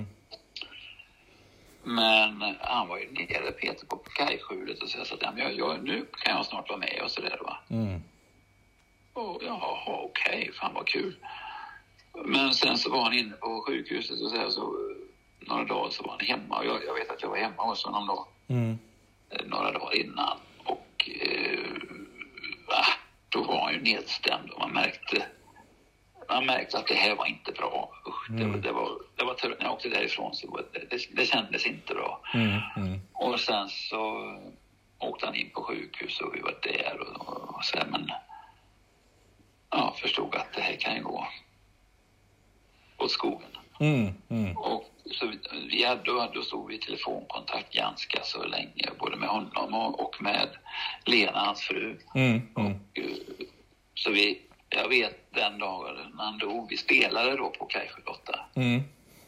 S2: Men han var ju nere, Peter, på kajskjulet och så jag sa att ja, jag, jag, nu kan jag snart vara med och så där, va. Mm. Och ja, okej, okay, fan vad kul. Men sen så var han inne på sjukhuset och så, här, så några dagar så var han hemma och jag, jag vet att jag var hemma hos honom då. Mm. Några dagar innan och eh, då var han ju nedstämd och man märkte, man märkte att det här var inte bra. Usch, mm. det, det var, det var tur när jag åkte därifrån så det, det, det kändes inte bra.
S1: Mm. Mm.
S2: Och sen så åkte han in på sjukhus och vi var där och, och, och så, men ja, förstod att det här kan ju gå åt skogen.
S1: Mm. Mm.
S2: Och så vi, vi hade, då stod vi i telefonkontakt ganska så länge, både med honom och, och med Lena, hans fru.
S1: Mm. Mm.
S2: Och, så vi, jag vet den dagen när han dog, vi spelade då på Kaj Charlotta.
S1: Mm.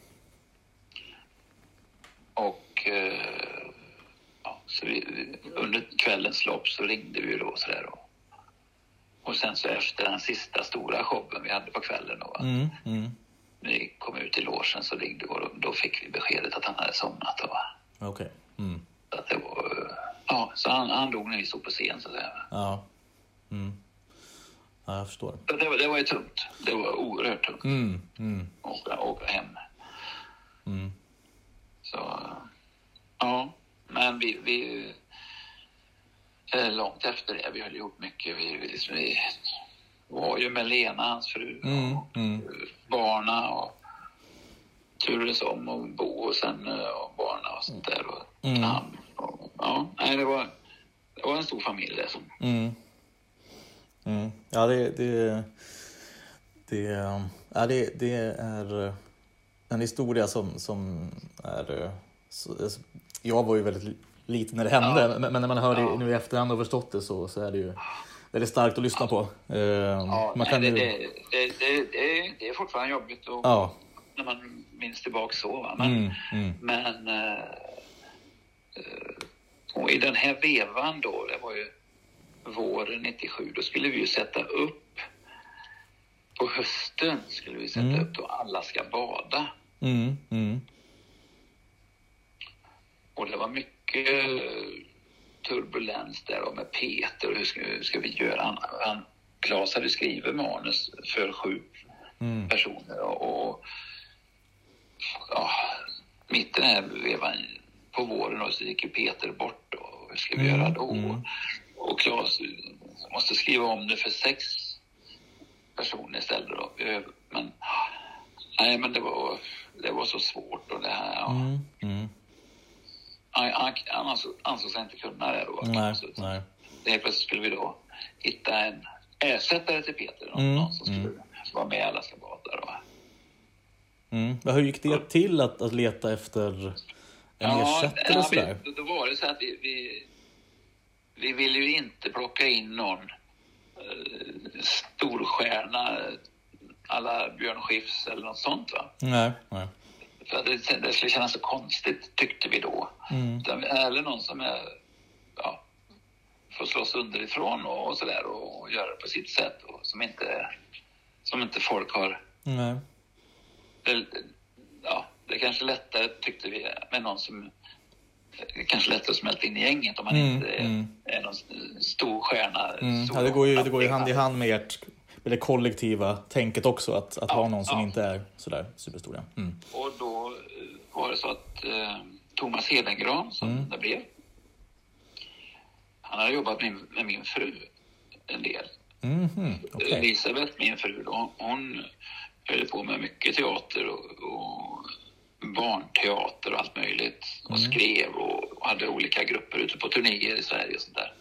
S2: Och ja, så vi, under kvällens lopp så ringde vi då sådär då. Och sen så efter den sista stora showen vi hade på kvällen då,
S1: mm. Mm.
S2: när vi kom ut i logen så ringde vi och då fick vi beskedet att han hade somnat då.
S1: Okej. Okay. Mm.
S2: Så att det var, ja, så han, han dog när vi stod på scen så att säga.
S1: Ja. Mm. Ja, jag förstår.
S2: Så det var, det var ju tungt. Det var oerhört tungt.
S1: Mm. Mm.
S2: Åka, åka hem.
S1: Mm.
S2: Så, ja. Men vi, vi långt efter det, vi höll ihop mycket. Vi, vi, liksom, vi var ju med Lena, hans fru,
S1: mm.
S2: och
S1: mm.
S2: barna och turades om och bo och sen och barna och sånt där. Och,
S1: mm.
S2: han, och, ja, nej, det var, det var en stor familj det som...
S1: Mm. Mm. Ja, det, det, det, ja, det, det är en historia som, som är... Så, jag var ju väldigt liten när det hände, ja. men, men när man hör det ja. nu i efterhand och förstått det så, så är det ju väldigt starkt att lyssna ja. på. Uh,
S2: ja,
S1: man kan
S2: nej,
S1: ju...
S2: det, det, det, det, det är fortfarande jobbigt och,
S1: ja.
S2: när man minns tillbaka så. Va? Men,
S1: mm, mm.
S2: men uh, och i den här vevan då, det var ju våren nittiosju, då skulle vi ju sätta upp på hösten skulle vi sätta mm. upp då Alla ska bada.
S1: Mm, mm.
S2: Och det var mycket turbulens där och med Peter och hur ska, hur ska vi göra? Han, han, Claes hade skrivit manus för sju mm. personer och, och ja, mitt i den här vevan på våren och så gick ju Peter bort och hur ska vi mm. göra då? Mm. Och Claes måste skriva om det för sex personer istället då. Men nej, men det var det var så svårt och det här ja.
S1: Mm. Mm.
S2: Han, han, han ansåg, ansåg sig inte kunna det då.
S1: Nej, nej.
S2: Det plötsligt skulle vi då hitta en ersättare till Peter. Någon,
S1: mm,
S2: någon som skulle
S1: mm.
S2: vara med Alla ska bada då.
S1: Mm. Men hur gick det till att, att leta efter en ja, ersättare och sådär?
S2: Vi, då var det så att vi, vi, vi ville ju inte plocka in någon eh, storstjärna alla Björn Skifs eller något sånt va?
S1: Nej, nej.
S2: För att det, det skulle kännas så konstigt tyckte vi då. Mm. Eller någon som är ja, får slåss underifrån och, och sådär och, och göra det på sitt sätt och som inte som inte folk har.
S1: Nej.
S2: Det, ja, det är kanske lättare tyckte vi med någon som det är kanske lättare att smälta in i gänget om man mm, inte är,
S1: mm.
S2: är någon stor stjärna.
S1: Mm.
S2: Stor
S1: ja, det går ju det går ju hand i hand med ert med det kollektiva tänket också att, att ja, ha någon som ja. inte är sådär superstor. Ja. Mm.
S2: Och då var det så att eh, Thomas Hedengran som mm. det blev, han har jobbat med, med min fru en del.
S1: Mm-hmm. Okay.
S2: Elisabeth, min fru, då, hon höll på med mycket teater och, och barnteater och allt möjligt. Och mm. skrev och hade olika grupper ute på turnéer i Sverige och sånt där.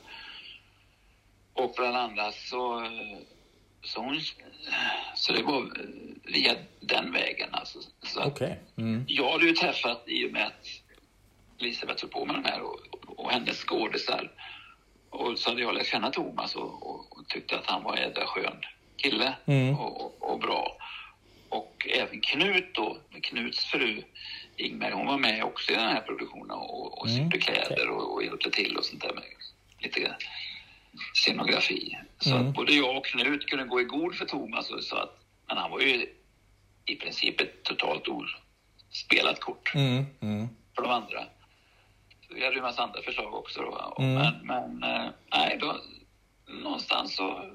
S2: Och bland annat så så, hon, så det var via den vägen alltså. Så
S1: okay. mm.
S2: Jag hade ju träffat i och med att Elisabeth höll på med den här och, och, och hennes skådisar. Och så hade jag lärt känna Thomas och, och, och tyckte att han var en jävla skön kille mm. och, och, och bra. Och även Knut då, Knuts fru Ingmar, hon var med också i den här produktionen och, och mm. sydde kläder okay. och, och hjälpte till och sånt där med lite scenografi. Så mm. att både jag och Knut kunde gå i god för Thomas och så att, men han var ju i princip ett totalt ospelat kort
S1: mm. Mm.
S2: för de andra. Så vi hade ju en massa andra förslag också då. Och,
S1: mm.
S2: men, men nej då någonstans så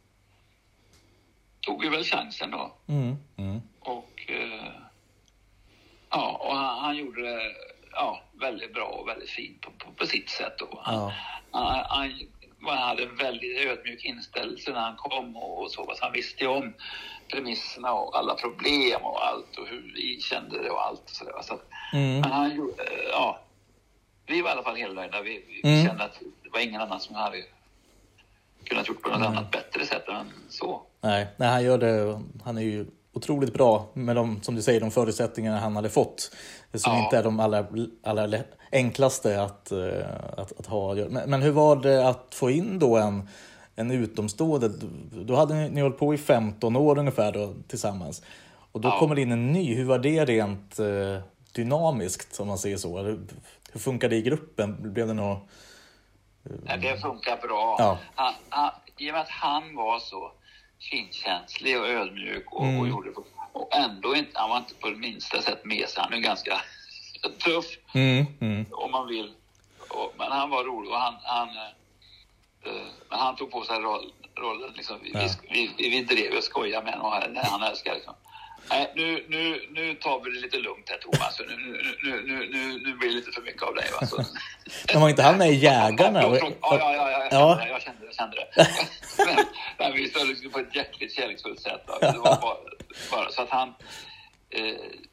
S2: tog vi väl chansen då.
S1: Mm. Mm.
S2: Och eh, ja, och han, han gjorde det ja, väldigt bra och väldigt fint på, på, på sitt sätt då. Han,
S1: ja.
S2: han, han man hade en väldigt ödmjuk inställelse när han kom och, och så. Så han visste ju om premisserna och alla problem och allt och hur vi kände det och allt. Och så där. Så, mm. Men han gjorde, ja, vi var i alla fall helt nöjda. Vi, vi mm. kände att det var ingen annan som hade kunnat gjort på något mm. annat bättre sätt än så.
S1: Nej, nej, han gör det, han är ju otroligt bra med de, som du säger, de förutsättningarna han hade fått. Som ja. inte är de allra, allra enklaste att, att, att ha. Men, men hur var det att få in då en, en utomstående? Då hade ni, ni hållit på i femton år ungefär då, tillsammans. Och då ja. kommer det in en ny. Hur var det rent eh, dynamiskt, som man säger så? Hur, hur funkar det i gruppen? Blev det något...
S2: Eh... Ja, det funkar bra. Ja. Han, han, I och med att han var så finkänslig och ödmjuk och, mm. och gjorde det. Och ändå inte, han var inte på det minsta sätt med sig. Han är ganska tuff mm. Mm. om man vill. Och, men han var rolig och han, han, uh, men han tog på sig roll, rollen. Liksom. Vi, ja. vi, vi, vi drev och skojade med honom. Nej, han älskar liksom. Nej, nu, nu, nu tar vi det lite lugnt här, Thomas. Nu, nu, nu, nu, nu, nu blir det lite för mycket av dig. Va? Så.
S1: Men var inte han med i Jägarna?
S2: Ja, ja, ja, ja, ja. Jag kände det. Jag kände det. Jag kände det. men, men vi stod liksom på ett jäkligt kärleksfullt sätt. Va? Det var bara, bara så att han... Eh,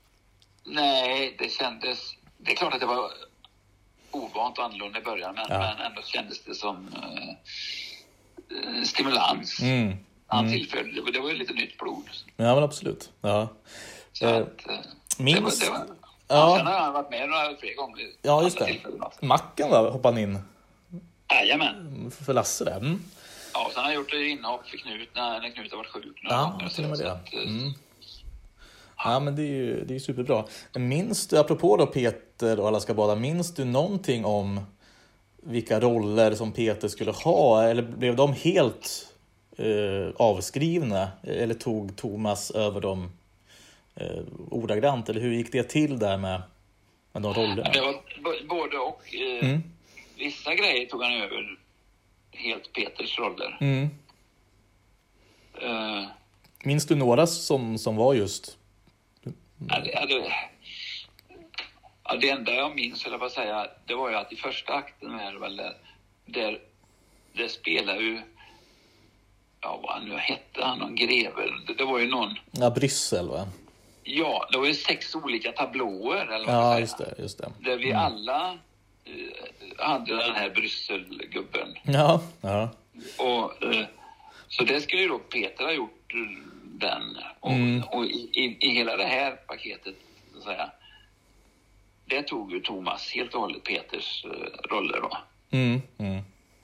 S2: nej, det kändes... Det är klart att det var ovant och annorlunda i början. Men, ja. men ändå kändes det som eh, stimulans. Mm. Han mm. tillförde, det var ju lite nytt blod.
S1: Ja, men absolut. Ja.
S2: Så att, minst... Det var, det var, ja. Sen har han varit med några fler gånger.
S1: Ja, just det. Macken då, hoppade in.
S2: Jajamän.
S1: För Lasse där. Mm.
S2: Ja, sen har han gjort inhopp för Knut när, när Knut har varit sjuk.
S1: Ja, till och med det. Att, mm. Ja, men det är ju det är superbra. Minns du, apropå då Peter och Alla ska bada, minns du någonting om vilka roller som Peter skulle ha? Eller blev de helt... Uh, avskrivna, eller tog Thomas över dem uh, ordagrant, eller hur gick det till där med, med de rollerna?
S2: Det var b- både och uh, mm. vissa grejer tog han över helt Peters roller. Mm.
S1: Uh, Minns du några som, som var just
S2: ja, det, ja, det, ja, det enda jag minns, eller vad säga, det var ju att i första akten är väl där, där det spelar ju ja, vad nu hette han, någon greve. Det, det var ju någon...
S1: Ja, Bryssel, va?
S2: Ja, det var ju sex olika tablåer, eller vad
S1: ja, just det, just det.
S2: Där vi mm. alla eh, hade den här Brysselgubben.
S1: Ja, ja.
S2: Och, eh, så det skulle ju då Peter ha gjort den. Och, mm. och i, i, i hela det här paketet, så att säga, det tog ju Thomas helt och hållet Peters eh, roller då. Mm, mm.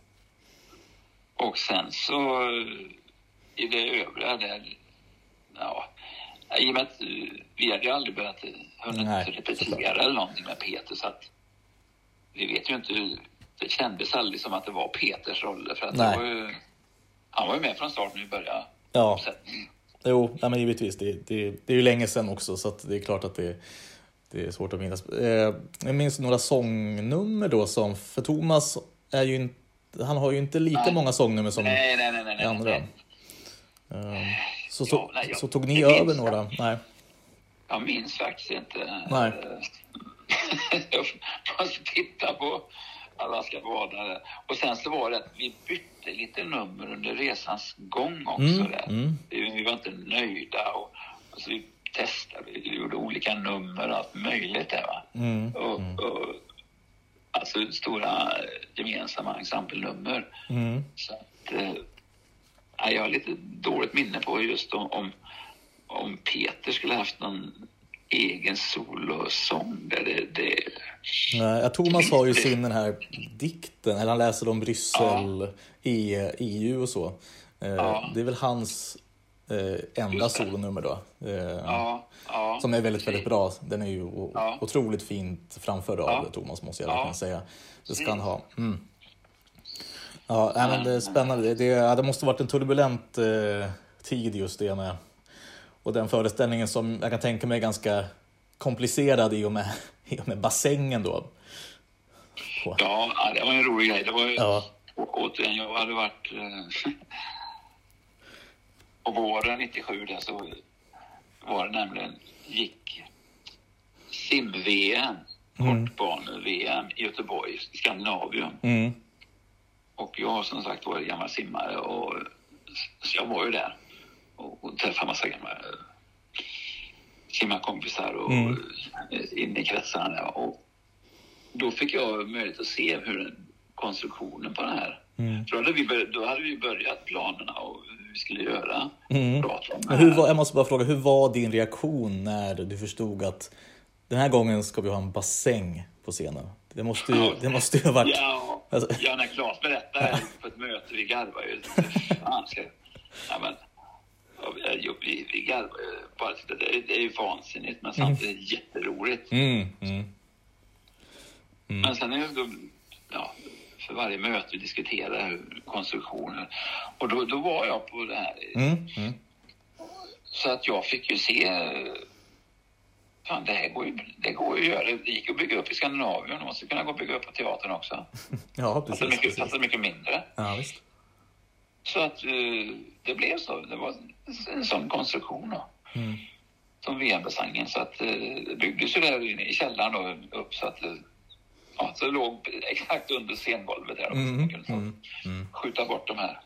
S2: Och sen så i det övriga där, ja, i och med att vi hade ju aldrig börjat hunnit Nej, repetera eller någonting med Peter, så att vi vet ju inte, det kändes aldrig som att det var Peters roller, för att det var ju, han var ju med från starten i början.
S1: Ja, jo, ja, men givetvis, det, det, det är ju länge sedan också, så att det är klart att det, det är svårt att minnas. Eh, jag minns några sångnummer då, som för Thomas är ju inte, han har ju inte lika nej. många sångnummer som
S2: nej, nej, nej, nej,
S1: andra.
S2: Nej.
S1: Um, så, så, ja, nej, jag, så tog ni över några? Nej.
S2: Jag minns faktiskt inte.
S1: Nej.
S2: Jag måste titta på Alla ska bada. Och sen så var det att vi bytte lite nummer under resans gång också. Mm, där. Mm. Vi, vi var inte nöjda. Och, och så vi testade, vi gjorde olika nummer och allt möjligt där, va? Mm, och, mm. och alltså stora gemensamma ensemblenummer. Mm. Så att, eh, jag har lite dåligt minne på just om, om, om Peter skulle haft någon egen solosång där det... det...
S1: Nej, Thomas har ju sin den här dikten, eller han läser om Bryssel, ja. i E U och så. Eh, ja. Det är väl hans eh, enda solonummer då. Eh, ja. Ja. Som är väldigt, väldigt bra. Den är ju o- ja. otroligt fint framförd av ja. Thomas, måste jag ja. säga. Det ska han ha. Mm. Ja, äh, men det är spännande. Det, det, det måste ha varit en turbulent eh, tid just det med. Och den föreställningen som jag kan tänka mig är ganska komplicerad i och med, i och med bassängen då.
S2: På. Ja, det var en rolig grej. Det var ju, ja. återigen, jag hade varit eh, på våren nittiosju där, så var det nämligen gick sim-V M, mm. kortbane-V M i Göteborg, i Skandinavien. Mm. Och jag har som sagt varit gammal simmare och så jag var ju där och, och träffade massa gamla simmarkompisar och mm. in i kretsarna. Och då fick jag möjlighet att se hur konstruktionen på det här. Mm. Då, hade vi börjat, då hade vi börjat planerna och hur vi skulle göra.
S1: Mm. Men hur var, jag måste bara fråga, hur var din reaktion när du förstod att den här gången ska vi ha en bassäng på scenen? Det måste ju, ja. det måste ju ha varit...
S2: Ja, alltså. Ja, när Claes berättade på ett möte, vi garvar ju. Fan, ska... ja, men, vi, vi garvar ju. Bara, det, det är ju vansinnigt, men samtidigt mm. jätteroligt. Mm. Mm. Mm. Men sen är det då, ja, för varje möte vi diskuterar konstruktioner. Och då, då var jag på det här. Mm. Mm. Så att jag fick ju se... Fan, det här går ju, det går ju att göra. Det gick att bygga upp i Skandinavien. Man måste kunna gå och bygga upp på teatern också.
S1: Ja, precis.
S2: Fast mycket, fast mycket mindre.
S1: Ja, visst.
S2: Så att uh, det blev så. Det var en sån konstruktion då. Mm. Som V M-bassängen. Så att uh, det byggdes ju där inne i källaren då, upp så att uh, ja, så det låg exakt under scengolvet där. Mm. Så mm. Mm. Skjuta bort de här.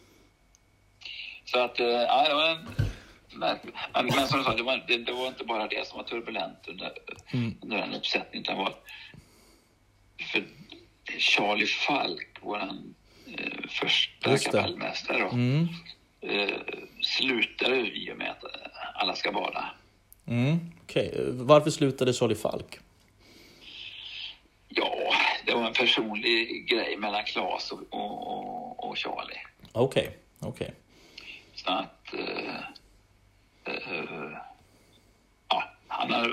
S2: Så att uh, ja, det var en... Men, men som du sa, det var, det, det var inte bara det som var turbulent under, mm. under den uppsättningen. Det var för Charlie Falk, vår eh, första kapellmästare, då, mm. eh, slutade i och med att alla ska bada.
S1: Mm. Okej, okay. Varför slutade Charlie Falk?
S2: Ja, det var en personlig grej mellan Claes och, och, och Charlie.
S1: Okej, okay. okej. Okay.
S2: Så att... Eh, Uh, ja, han har... Uh,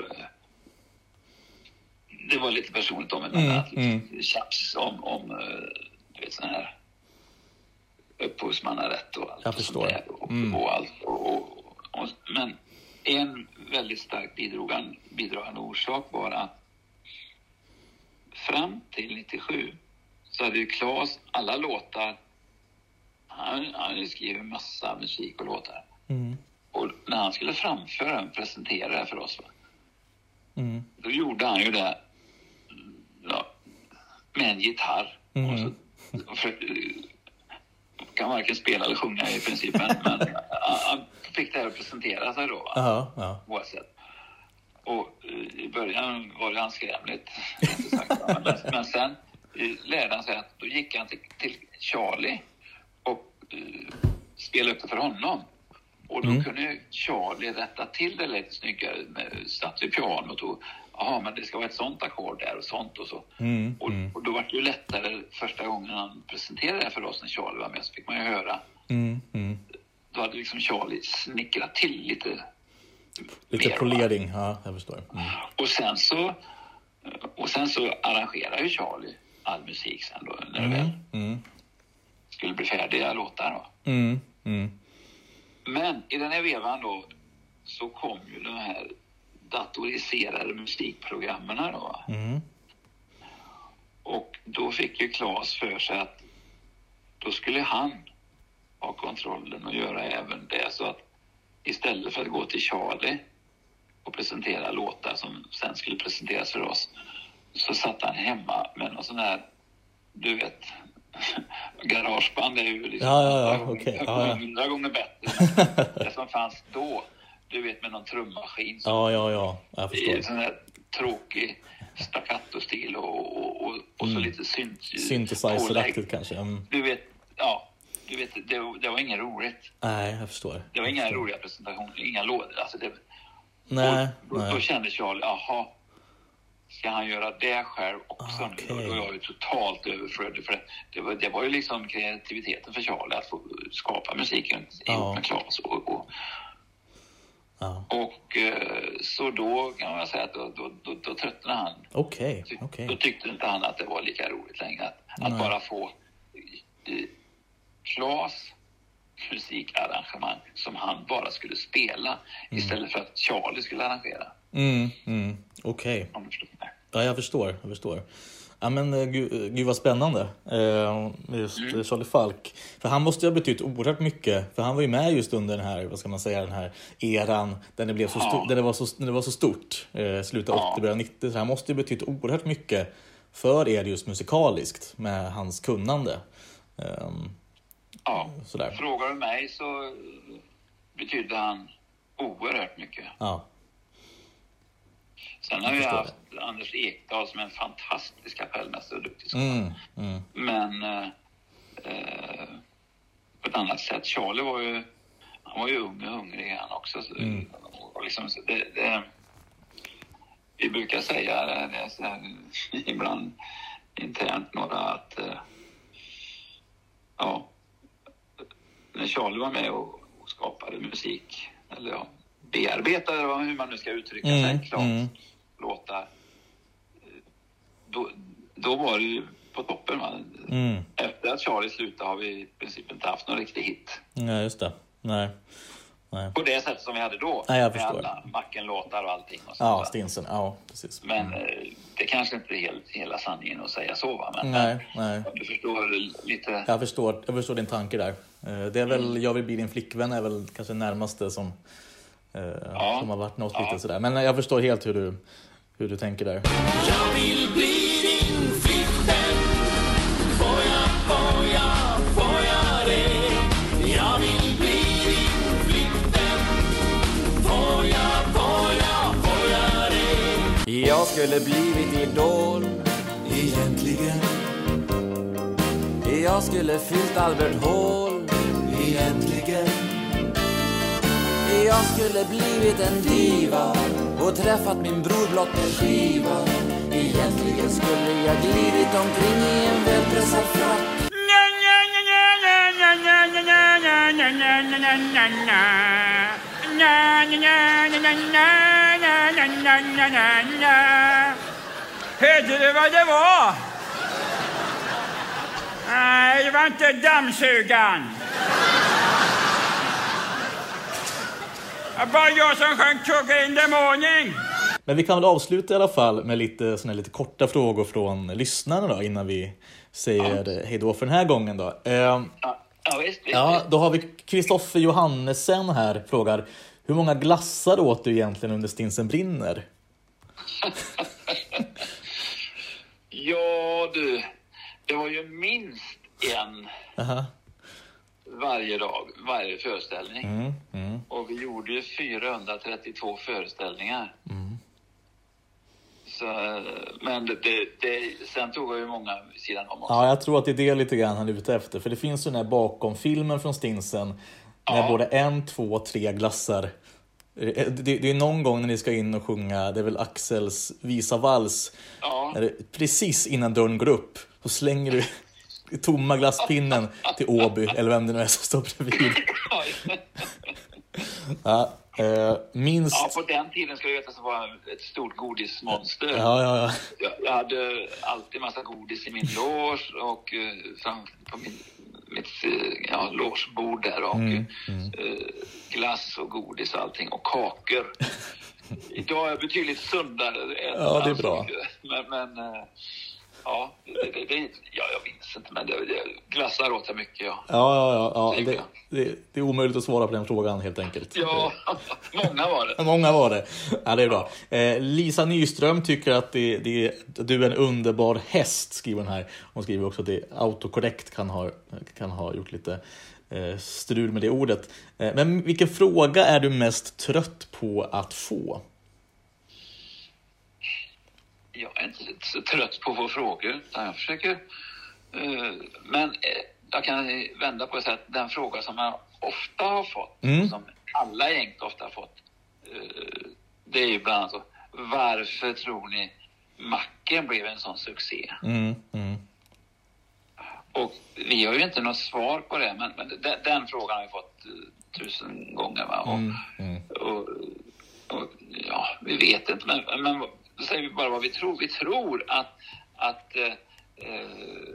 S2: det var lite personligt om en mm, mm. tjafs om, om uh, du vet, sån här upphovsmannarätt och allt.
S1: Jag förstår.
S2: Och, mm. och allt. Och, och, och, men en väldigt stark bidragande, bidragande orsak var att fram till nittiosju så hade ju Claes alla låtar. Han hade skrivit massa musik och låtar. Mm. Och när han skulle framföra och presentera det för oss, mm. då gjorde han ju det ja, med en gitarr. Mm. Och så, och för, kan varken spela eller sjunga i princip, men, men han fick det här att presentera sig då.
S1: Uh-huh, ja.
S2: Oavsett. Och i början var det anskrämligt. men, men sen lärde han sig att då gick han till, till Charlie och uh, spelade upp det för honom. Och då mm. kunde Charlie rätta till det lite snyggare med satt i pianot och ja, men det ska vara ett sånt ackord där och sånt och så. Mm. Och, och då var det ju lättare första gången han presenterade det för oss när Charlie var med, så fick man ju höra. Mm. Mm. Då hade liksom Charlie snickrat till lite
S1: lite polering, ja, jag förstår. Mm.
S2: Och sen så och sen så arrangerade ju Charlie all musik sen då när det mm. väl mm. skulle bli färdiga låtar då. Mm. Mm. Men i den här vevan då så kom ju de här datoriserade musikprogrammen då. Mm. Och då fick ju Claes för sig att då skulle han ha kontrollen och göra även det, så att istället för att gå till Charlie och presentera låtar som sen skulle presenteras för oss, så satt han hemma med någon sån här, du vet, garageband är ju liksom
S1: ja, ja, ja. Okay.
S2: hundra
S1: ja, ja.
S2: gånger bättre. Det som fanns då, du vet, med någon trummaskin som
S1: ja, ja, ja. Jag förstår.
S2: Sån här tråkig staccato-stil och, och, och, och mm. så lite synt
S1: synthesizer-aktigt kanske. Mm.
S2: Du vet, ja, du vet, det, det var inget roligt.
S1: Nej, jag förstår.
S2: Det var inga roliga presentationer, inga lådor. Alltså det,
S1: nej,
S2: och,
S1: nej.
S2: Då kände Charlie, aha, ska han göra det själv också? Okay. Då var jag ju totalt överflödig för det. Det var, det var ju liksom kreativiteten för Charlie att få skapa musiken ja. ihop med Claes. Och, och, ja. och så då kan man säga att då, då, då, då tröttnade han.
S1: Okej, okay. okay.
S2: Då tyckte inte han att det var lika roligt längre. Att, att bara få eh, Claes musikarrangemang som han bara skulle spela mm. istället för att Charlie skulle arrangera.
S1: Mm, mm. Okej. Okay. Ja, jag förstår, jag förstår. Ja, men gud, gud vad spännande. Eh, just mm. Charlie Falk. För han måste ju ha betytt oerhört mycket. För han var ju med just under den här, vad ska man säga, den här eran. Där det, blev så ja. stort, där det, var, så, där det var så stort. Eh, slutet ja. åttio, början nittio. Så han måste ju ha betytt oerhört mycket för er just musikaliskt. Med hans kunnande. Um,
S2: ja,
S1: sådär.
S2: Frågar du mig så betyder han oerhört mycket.
S1: Ja.
S2: Sen har vi haft det. Anders Ekdahl som är en fantastisk kapellmästare och duktig skådare.
S1: Mm, mm.
S2: Men eh, på ett annat sätt. Charlie var ju, han var ju ung och hungrig han också. Så, mm. och liksom, så det, det, vi brukar säga det, det så här, ibland internt några att eh, ja, när Charlie var med och, och skapade musik eller ja, bearbetade hur man nu ska uttrycka sig mm, klart mm. låtar då, då var det ju på toppen mm. Efter att Charlie slutade har vi i princip inte haft någon riktig hit.
S1: Ja, just det. Nej. Nej.
S2: På det sättet som vi hade då.
S1: Nej, jag
S2: med
S1: förstår.
S2: Alla Macken-låtar och allting och
S1: ja, Stinsen, ja, precis.
S2: Men mm. det kanske inte är helt, hela sanningen att säga så, va? Men
S1: nej, nej.
S2: Du förstår lite.
S1: Jag förstår, jag förstår din tanke där. Det är väl, mm. jag vill bli din flickvän är väl kanske närmaste som ja. som har varit något ja. lite sådär. Men jag förstår helt hur du, hur du tänker där.
S3: Jag vill bli din flickvän. Får jag, får jag, får jag det? Jag vill bli din flickvän. Får jag, får jag, får jag det?
S4: Jag skulle blivit idol egentligen. Jag skulle fyllt Albert Hall egentligen. Jag skulle blivit en diva och träffat min bror blott med skiva. Egentligen skulle jag glidit omkring i en välpressad frack.
S5: Hörde du vad det var? Nej, det var inte dammsugaren. Bara jag som sjöng Tugga in the morning.
S1: Men vi kan väl avsluta i alla fall med lite, såna lite korta frågor från lyssnarna då, innan vi säger ja. hej då för den här gången då. Eh,
S2: ja, ja, visst, visst.
S1: Ja, då har vi Kristoffer Johannesen här, frågar: hur många glassar åt du egentligen under Stinsen brinner?
S2: Ja du, det var ju minst en
S1: Aha.
S2: varje dag, varje föreställning.
S1: Mm, mm.
S2: Och vi gjorde ju fyrahundratrettiotvå föreställningar.
S1: Mm.
S2: Så, men det, det, det, sen tog jag ju många sidan om också.
S1: Ja, jag tror att det är det lite grann han är ute efter. För det finns ju den här bakom filmen från Stinsen. Med ja. både en, två, tre glassar. Det, det, det är någon gång när ni ska in och sjunga, det är väl Axels Visa vals.
S2: Ja.
S1: Det, precis innan dörren går upp så slänger du tomma glasspinnen till Åby eller vem det nu är som står bredvid. Ja, eh, minst...
S2: ja, på den tiden ska jag veta så var jag ett stort godismonster.
S1: Ja, ja, ja.
S2: Jag, jag hade alltid massa godis i min loge och uh, fram på min, mitt uh, ja, logebord där och mm, mm. Uh, glass och godis och allting och kakor. Idag är jag betydligt sundare.
S1: Ja, det är bra.
S2: Men, men uh, ja, det, det, det, ja, jag minns inte, men det, det, glassar åt jag mycket, ja.
S1: Ja, ja, ja, ja. Det, det, det är omöjligt att svara på den frågan helt enkelt.
S2: Ja, många var det.
S1: Många var det. Ja, det är bra. Eh, Lisa Nyström tycker att det, det, du är en underbar häst, skriver hon här. Hon skriver också att det autokorrekt kan ha, kan ha gjort lite eh, strul med det ordet. Eh, men vilken fråga är du mest trött på att få?
S2: Jag är inte så trött på att få frågor. Jag försöker... Uh, men uh, jag kan vända på det så att den fråga som jag ofta har fått, mm. som alla egentligen ofta har fått, uh, det är ju bland annat så: varför tror ni Macken blev en sån succé?
S1: Mm. Mm.
S2: Och vi har ju inte något svar på det, men, men den, den frågan har vi fått uh, tusen gånger. Va? Och,
S1: mm. Mm.
S2: Och, och, ja, vi vet inte, men... men då säger vi bara vad vi tror. Vi tror att, att eh,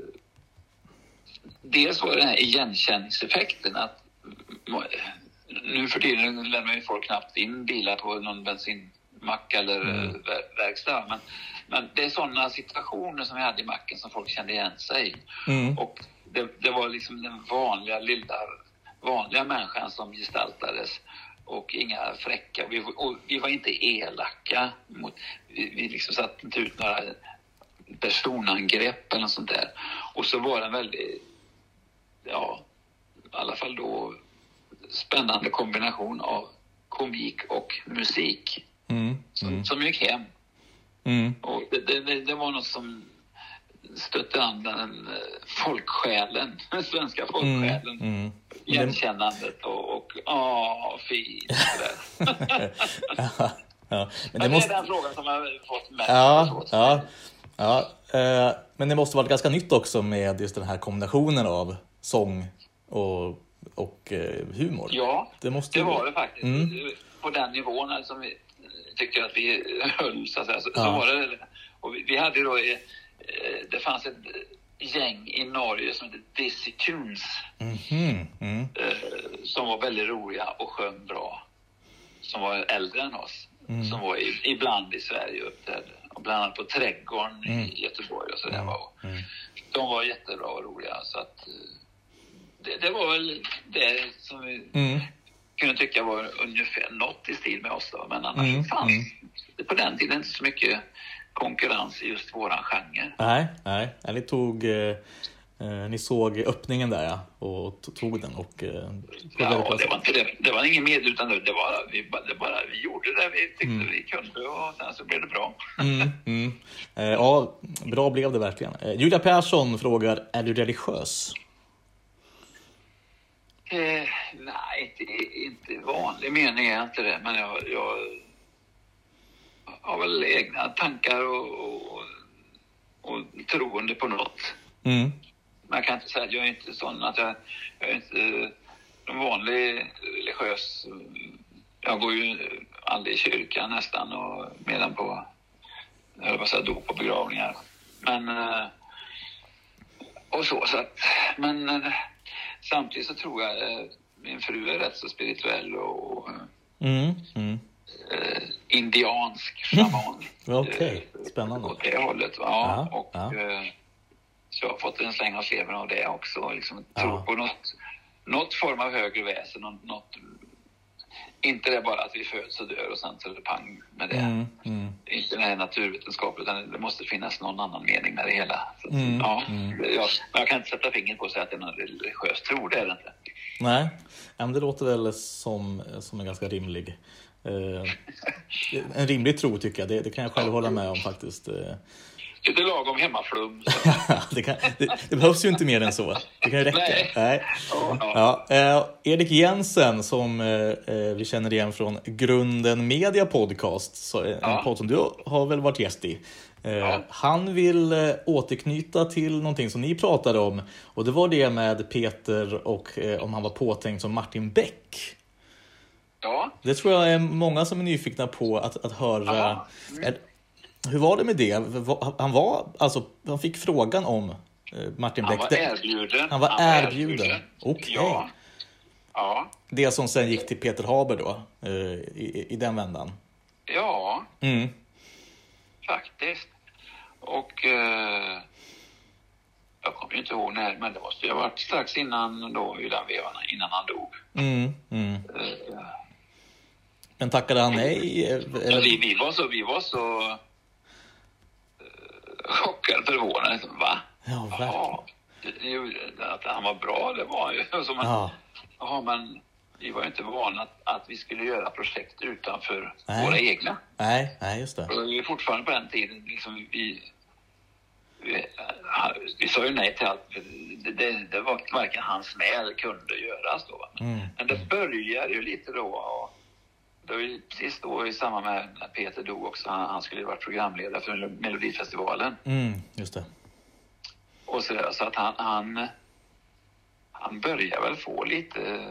S2: dels var det den här igenkänningseffekten att nu för tiden lämnar ju folk knappt in bilar på någon bensinmack eller mm. verkstad. Men, men det är sådana situationer som vi hade i macken som folk kände igen sig.
S1: Mm.
S2: Och det, det var liksom den vanliga lilla vanliga människan som gestaltades. Och inga fräcka. Vi, och vi var inte elaka. Mot, vi, vi liksom satte inte ut några personangrepp eller något sånt där. Och så var det en väldigt ja, i alla fall då spännande kombination av komik och musik
S1: Mm.
S2: som,
S1: Mm.
S2: som gick hem.
S1: Mm.
S2: Och det, det, det var något som stötte an den eh, folksjälen, den svenska folksjälen.
S1: Mm. Mm.
S2: Igenkännandet och, och åh, fint. sådär.
S1: ja, ja. Men
S2: det,
S1: det måste...
S2: det är den frågan som jag har fått mest.
S1: Ja, ja, ja. Eh, men det måste vara ganska nytt också med just den här kombinationen av sång och, och eh, humor.
S2: Ja,
S1: det, måste
S2: det
S1: ju...
S2: var det faktiskt.
S1: Mm.
S2: På den nivån som vi tyckte att vi höll, så att säga. Så,
S1: Ja.
S2: så var det. Och vi, vi hade ju då, eh, det fanns ett gäng i Norge som hette Dizzy Tunes.
S1: Mm. Mm.
S2: Eh, som var väldigt roliga och sjöng bra. Som var äldre än oss.
S1: Mm.
S2: Som var i, ibland i Sverige uppträdde. Och bland annat på Trädgården
S1: Mm.
S2: i Göteborg och sådär.
S1: Mm.
S2: var.
S1: Mm.
S2: De var jättebra och roliga. Så att, eh, det, det var väl det som vi
S1: Mm.
S2: kunde tycka var ungefär något i stil med oss då. Men annars
S1: Mm.
S2: fanns
S1: Mm.
S2: det på den tiden inte så mycket konkurrens i just våran genre.
S1: Nej, nej. Ja, ni tog... Eh, eh, ni såg öppningen där, ja. Och t- tog den och... Eh,
S2: Ja, det var inte det. Det var ingen med utan det var vi, det bara, vi gjorde det vi tyckte
S1: Mm.
S2: vi kunde och sen så blev det bra.
S1: Mm, mm. Eh, ja, bra blev det verkligen. Eh, Julia Persson frågar, är du religiös?
S2: Eh, nej, inte, inte i vanlig mening är jag inte det. Men jag, jag har väl egna tankar och, och, och troende på något.
S1: Mm.
S2: Men jag kan inte säga att jag är inte sån att jag, jag är inte en vanlig religiös. Jag går ju aldrig i kyrkan nästan och medan på, jag höll på att säga, dop på begravningar. Men eh, och så, så att, men eh, samtidigt så tror jag eh, min fru är rätt så spirituell och
S1: Mm. Mm.
S2: eh, indiansk shaman.
S1: Okej, spännande.
S2: Åt det hållet, ja.
S1: Ja,
S2: och
S1: ja.
S2: Eh, så jag har fått en släng av sleven av det också. Liksom,
S1: Ja.
S2: tror på något, något form av högre väsen. Något, något, inte det bara att vi föds och dör och sen så är det pang med det.
S1: Mm. Mm.
S2: Inte den här naturvetenskapen, utan det måste finnas någon annan mening med det hela. Så, att,
S1: Mm,
S2: ja,
S1: mm.
S2: Jag, jag kan inte sätta fingret på och säga att det är någon religiös tro, det är det inte.
S1: Nej, ja, men det låter väl som, som en ganska rimlig eh, en rimlig tro tycker jag. Det, det kan jag själv hålla med om faktiskt. Eh,
S2: Lite lagom hemmaflum. Så.
S1: det, kan, det, det behövs ju inte mer än så. Det kan ju räcka.
S2: Nej.
S1: Nej.
S2: Ja, ja.
S1: Ja, eh, Erik Jensen som eh, vi känner igen från Grunden Media Podcast, så, en
S2: Ja.
S1: podd som du har väl varit gäst i. Eh,
S2: Ja.
S1: Han vill eh, återknyta till någonting som ni pratade om, och det var det med Peter och eh, om han var påtänkt som Martin Beck.
S2: Ja.
S1: Det tror jag är många som är nyfikna på att, att höra.
S2: Aha.
S1: Är, hur var det med det? Han var, alltså, han fick frågan om eh, Martin
S2: Han
S1: Beck.
S2: var erbjuden.
S1: Han var erbjuden. Okej.
S2: Ja. Ja.
S1: Det som sen gick till Peter Haber då, eh, i, i den vändan.
S2: Ja,
S1: Mm.
S2: faktiskt. Och eh, jag kommer ju inte ihåg när, men det måste ju ha varit strax innan då, i den vevan, innan han dog.
S1: Mm. Mm.
S2: Eh,
S1: Men tackade han nej? eh,
S2: Men
S1: Eller?
S2: vi, vi var så, vi var så eh, chockade, förvånade. Va?
S1: Ja,
S2: Jaha,
S1: verkligen.
S2: det- det- att han var bra, det var ju. Som en,
S1: Ja.
S2: Jaha, men vi var ju inte vana att, att vi skulle göra projekt utanför
S1: Nej.
S2: våra egna.
S1: Nej, nej, just det.
S2: Och vi är fortfarande på den tiden, liksom, vi, vi, vi sa ju nej till allt. Det, det, det var varken hans med eller kunde göras då. Va?
S1: Mm.
S2: Men det började ju lite då. Och det var ju precis då i samband med när Peter dog också. Han, han skulle ju vara programledare för Melodifestivalen.
S1: Mm, just det.
S2: Och så, där, så att han, han, han börjar väl få lite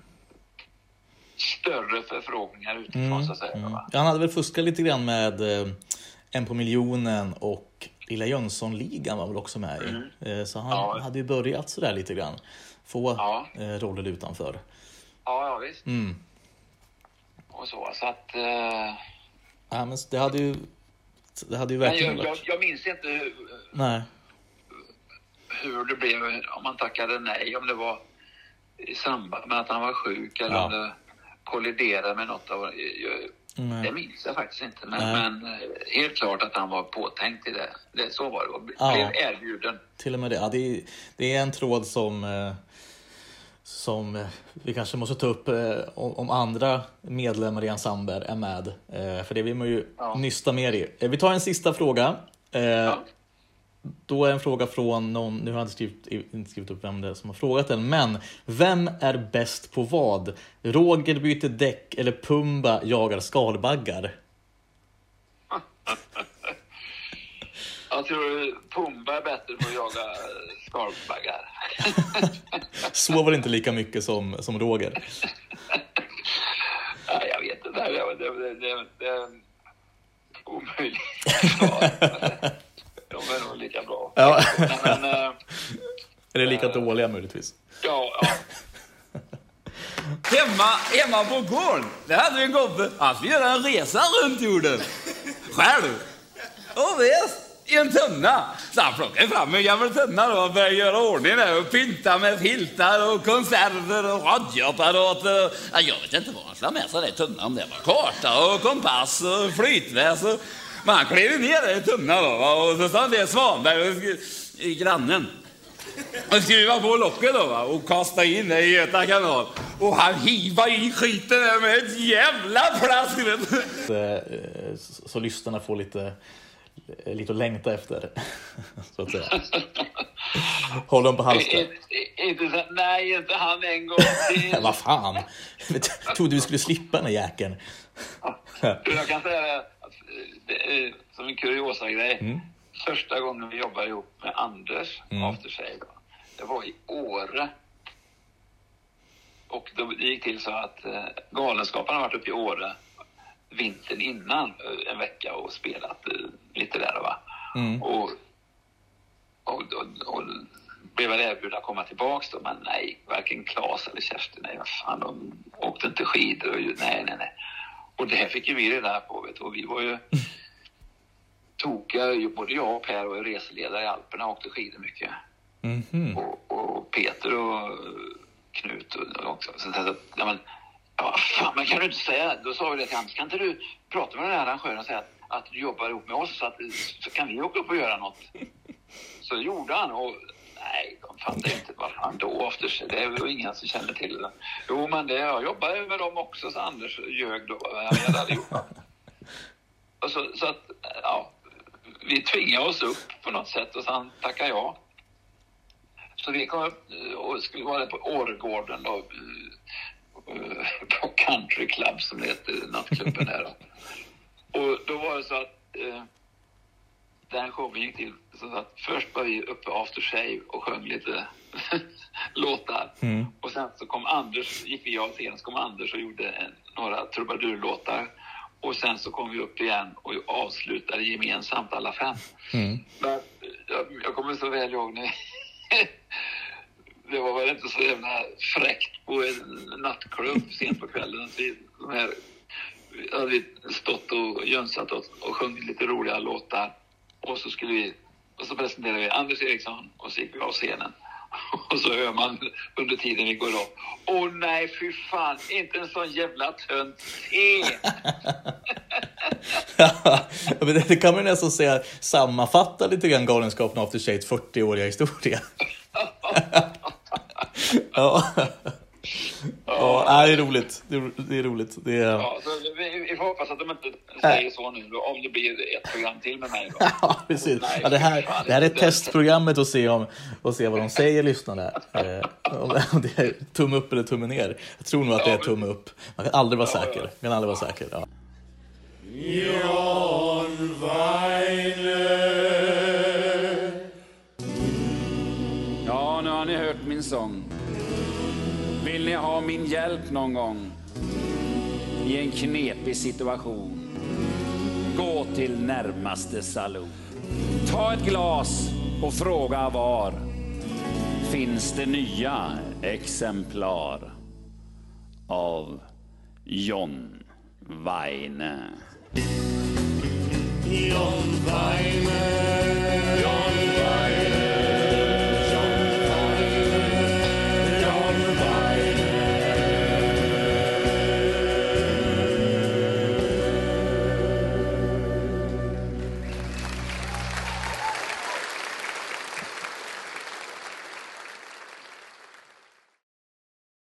S2: större förfrågningar utifrån,
S1: Mm,
S2: så att säga.
S1: mm.
S2: Va?
S1: Han hade väl fuskat lite grann med eh, En på miljonen och Lilla Jönssonligan var väl också med i.
S2: Mm.
S1: Eh, så han
S2: Ja.
S1: hade ju börjat sådär lite grann. Få
S2: Ja.
S1: eh, roller utanför.
S2: Ja, ja visst.
S1: Mm.
S2: Och så, så att... Eh,
S1: Ja, men det hade ju det hade ju
S2: men
S1: verkligen
S2: jag, jag,
S1: varit.
S2: jag minns inte hur,
S1: Nej.
S2: hur det blev, om man tackade nej, om det var i samband med att han var sjuk eller
S1: Ja.
S2: om det kolliderade med något av... Jag,
S1: Mm.
S2: Det minns jag faktiskt inte. Men, men helt klart att han var påtänkt i det. det så var det. Och blev
S1: ja.
S2: erbjuden.
S1: Till och med det. Ja, det, är, det är en tråd som, eh, som eh, vi kanske måste ta upp eh, om, om andra medlemmar i ensembler är med. Eh, för det vill man ju ja. nysta mer i. Eh, vi tar en sista fråga. Eh, ja. Då är en fråga från någon, nu har jag inte skrivit, inte skrivit upp vem det är som har frågat den, men vem är bäst på vad? Roger byter däck eller Pumba jagar skalbaggar?
S2: Jag tror Pumba är bättre på att jaga skalbaggar.
S1: Så var det inte lika mycket som, som Roger.
S2: Ja, jag vet inte, det, det, det, det är omöjligt. De är nog lika bra.
S1: Ja.
S2: Men, äh,
S1: är det lika äh, dåliga möjligtvis?
S2: Ja, ja.
S5: Hemma, hemma på gården, det hade vi en gubbe. Han skulle göra en resa runt jorden. Själv. Och visst, i en tunna. Så han plockade fram en gammal tunna då och började göra ordning där och pynta med filtar och konserver och radioapparater. Ja, jag vet inte vad han skulle med sig i tunnan. Om det var karta och kompass och flytväs och... Men han klev ner i tunnan då, och så sa han det Svanberg i grannen. Och skruva på locket då, va? Och kasta in det i Göta kanal. Och han hiva in skiten där med ett jävla plask.
S1: Så, så lyssnarna får lite, lite att längta efter, så att säga. Håll dem på halsen.
S2: Inte, nej, inte han en gång till.
S1: Vad fan? Jag trodde vi skulle slippa den här jäkeln.
S2: Jag kan säga det, det är som en kuriosa grej. Mm. Första gången vi jobbade ihop med Anders mm. After Shave, det var i Åre. Och då, det gick till så att eh, Galenskaparna har varit uppe i Åre vintern innan en vecka och spelat eh, lite där, va? Mm. Och, och, och, och blev väl erbjudna att komma tillbaks då, men nej, varken Claes eller Kerstin, nej, vad fan, de åkte inte skidor och nej, nej, nej. Och det här fick ju vi reda på, vet du, och vi var ju tokiga, både jag och Per och reseledare i Alperna åkte skidor mycket. Mm-hmm. Och, och Peter och Knut och också. Så att, ja, men, ja, fan, men kan du inte säga, då sa vi det till Hans, kan inte du prata med den här arrangören och säga att, att du jobbar ihop med oss så, att, så kan vi åka upp och göra något. Så gjorde han, och nej, de fattade inte vad fan då efter sig. Det är väl ingen som känner till det. Jo, men det, jag jobbar med dem också, så Anders ljög då. Jag hade gjort. Och så, så att, ja, vi tvingade oss upp på något sätt och sen tackade jag. Så vi kom upp och skulle vara på Åregården då, på Country Club som det heter, nattklubben där då. Och då var det så att eh, den showen gick till så att först var vi uppe After Shave och sjöng lite låtar. Mm. Och sen så kom Anders, gick vi av scenen, så kom Anders och gjorde en, några trubadurlåtar. Och sen så kom vi upp igen och avslutade gemensamt alla fem. Mm. Men jag, jag kommer så väl ihåg när det var väl inte så jävla fräckt på en nattklubb sent på kvällen. Vi, de här, hade vi stått och jönsat och, och sjungit lite roliga låtar. Och så skulle vi, och så presenterade vi Anders Eriksson och så gick vi av scenen. Och så hör man under tiden vi går upp. Åh nej, fy fan, inte en sån jävla tönt te.
S1: Ja, men det kan man nästan säga sammanfatta lite grann Galenskapen After Shave fyrtio-åriga historia. Ja. Ja, det är roligt. Det är, det är roligt. Det är...
S2: Ja, så vi, vi får hoppas att de inte säger så nu då, om det blir ett program till med mig då.
S1: Ja, precis. Nej, ja, det, här, det här är testprogrammet att se, om, och se vad de säger, lyssnarna. Eh, om det är tumme upp eller tumme ner. Jag tror nog att det är tumme upp. Man kan aldrig vara ja, säker. Man kan aldrig vara säker. Ja.
S3: Jon Weine.
S5: Ja, nu har ni hört min sång. Vill ni ha min hjälp någon gång i en knepig situation? Gå till närmaste saloon. Ta ett glas och fråga var finns det nya exemplar av Jon Weine.
S3: Jon Weine.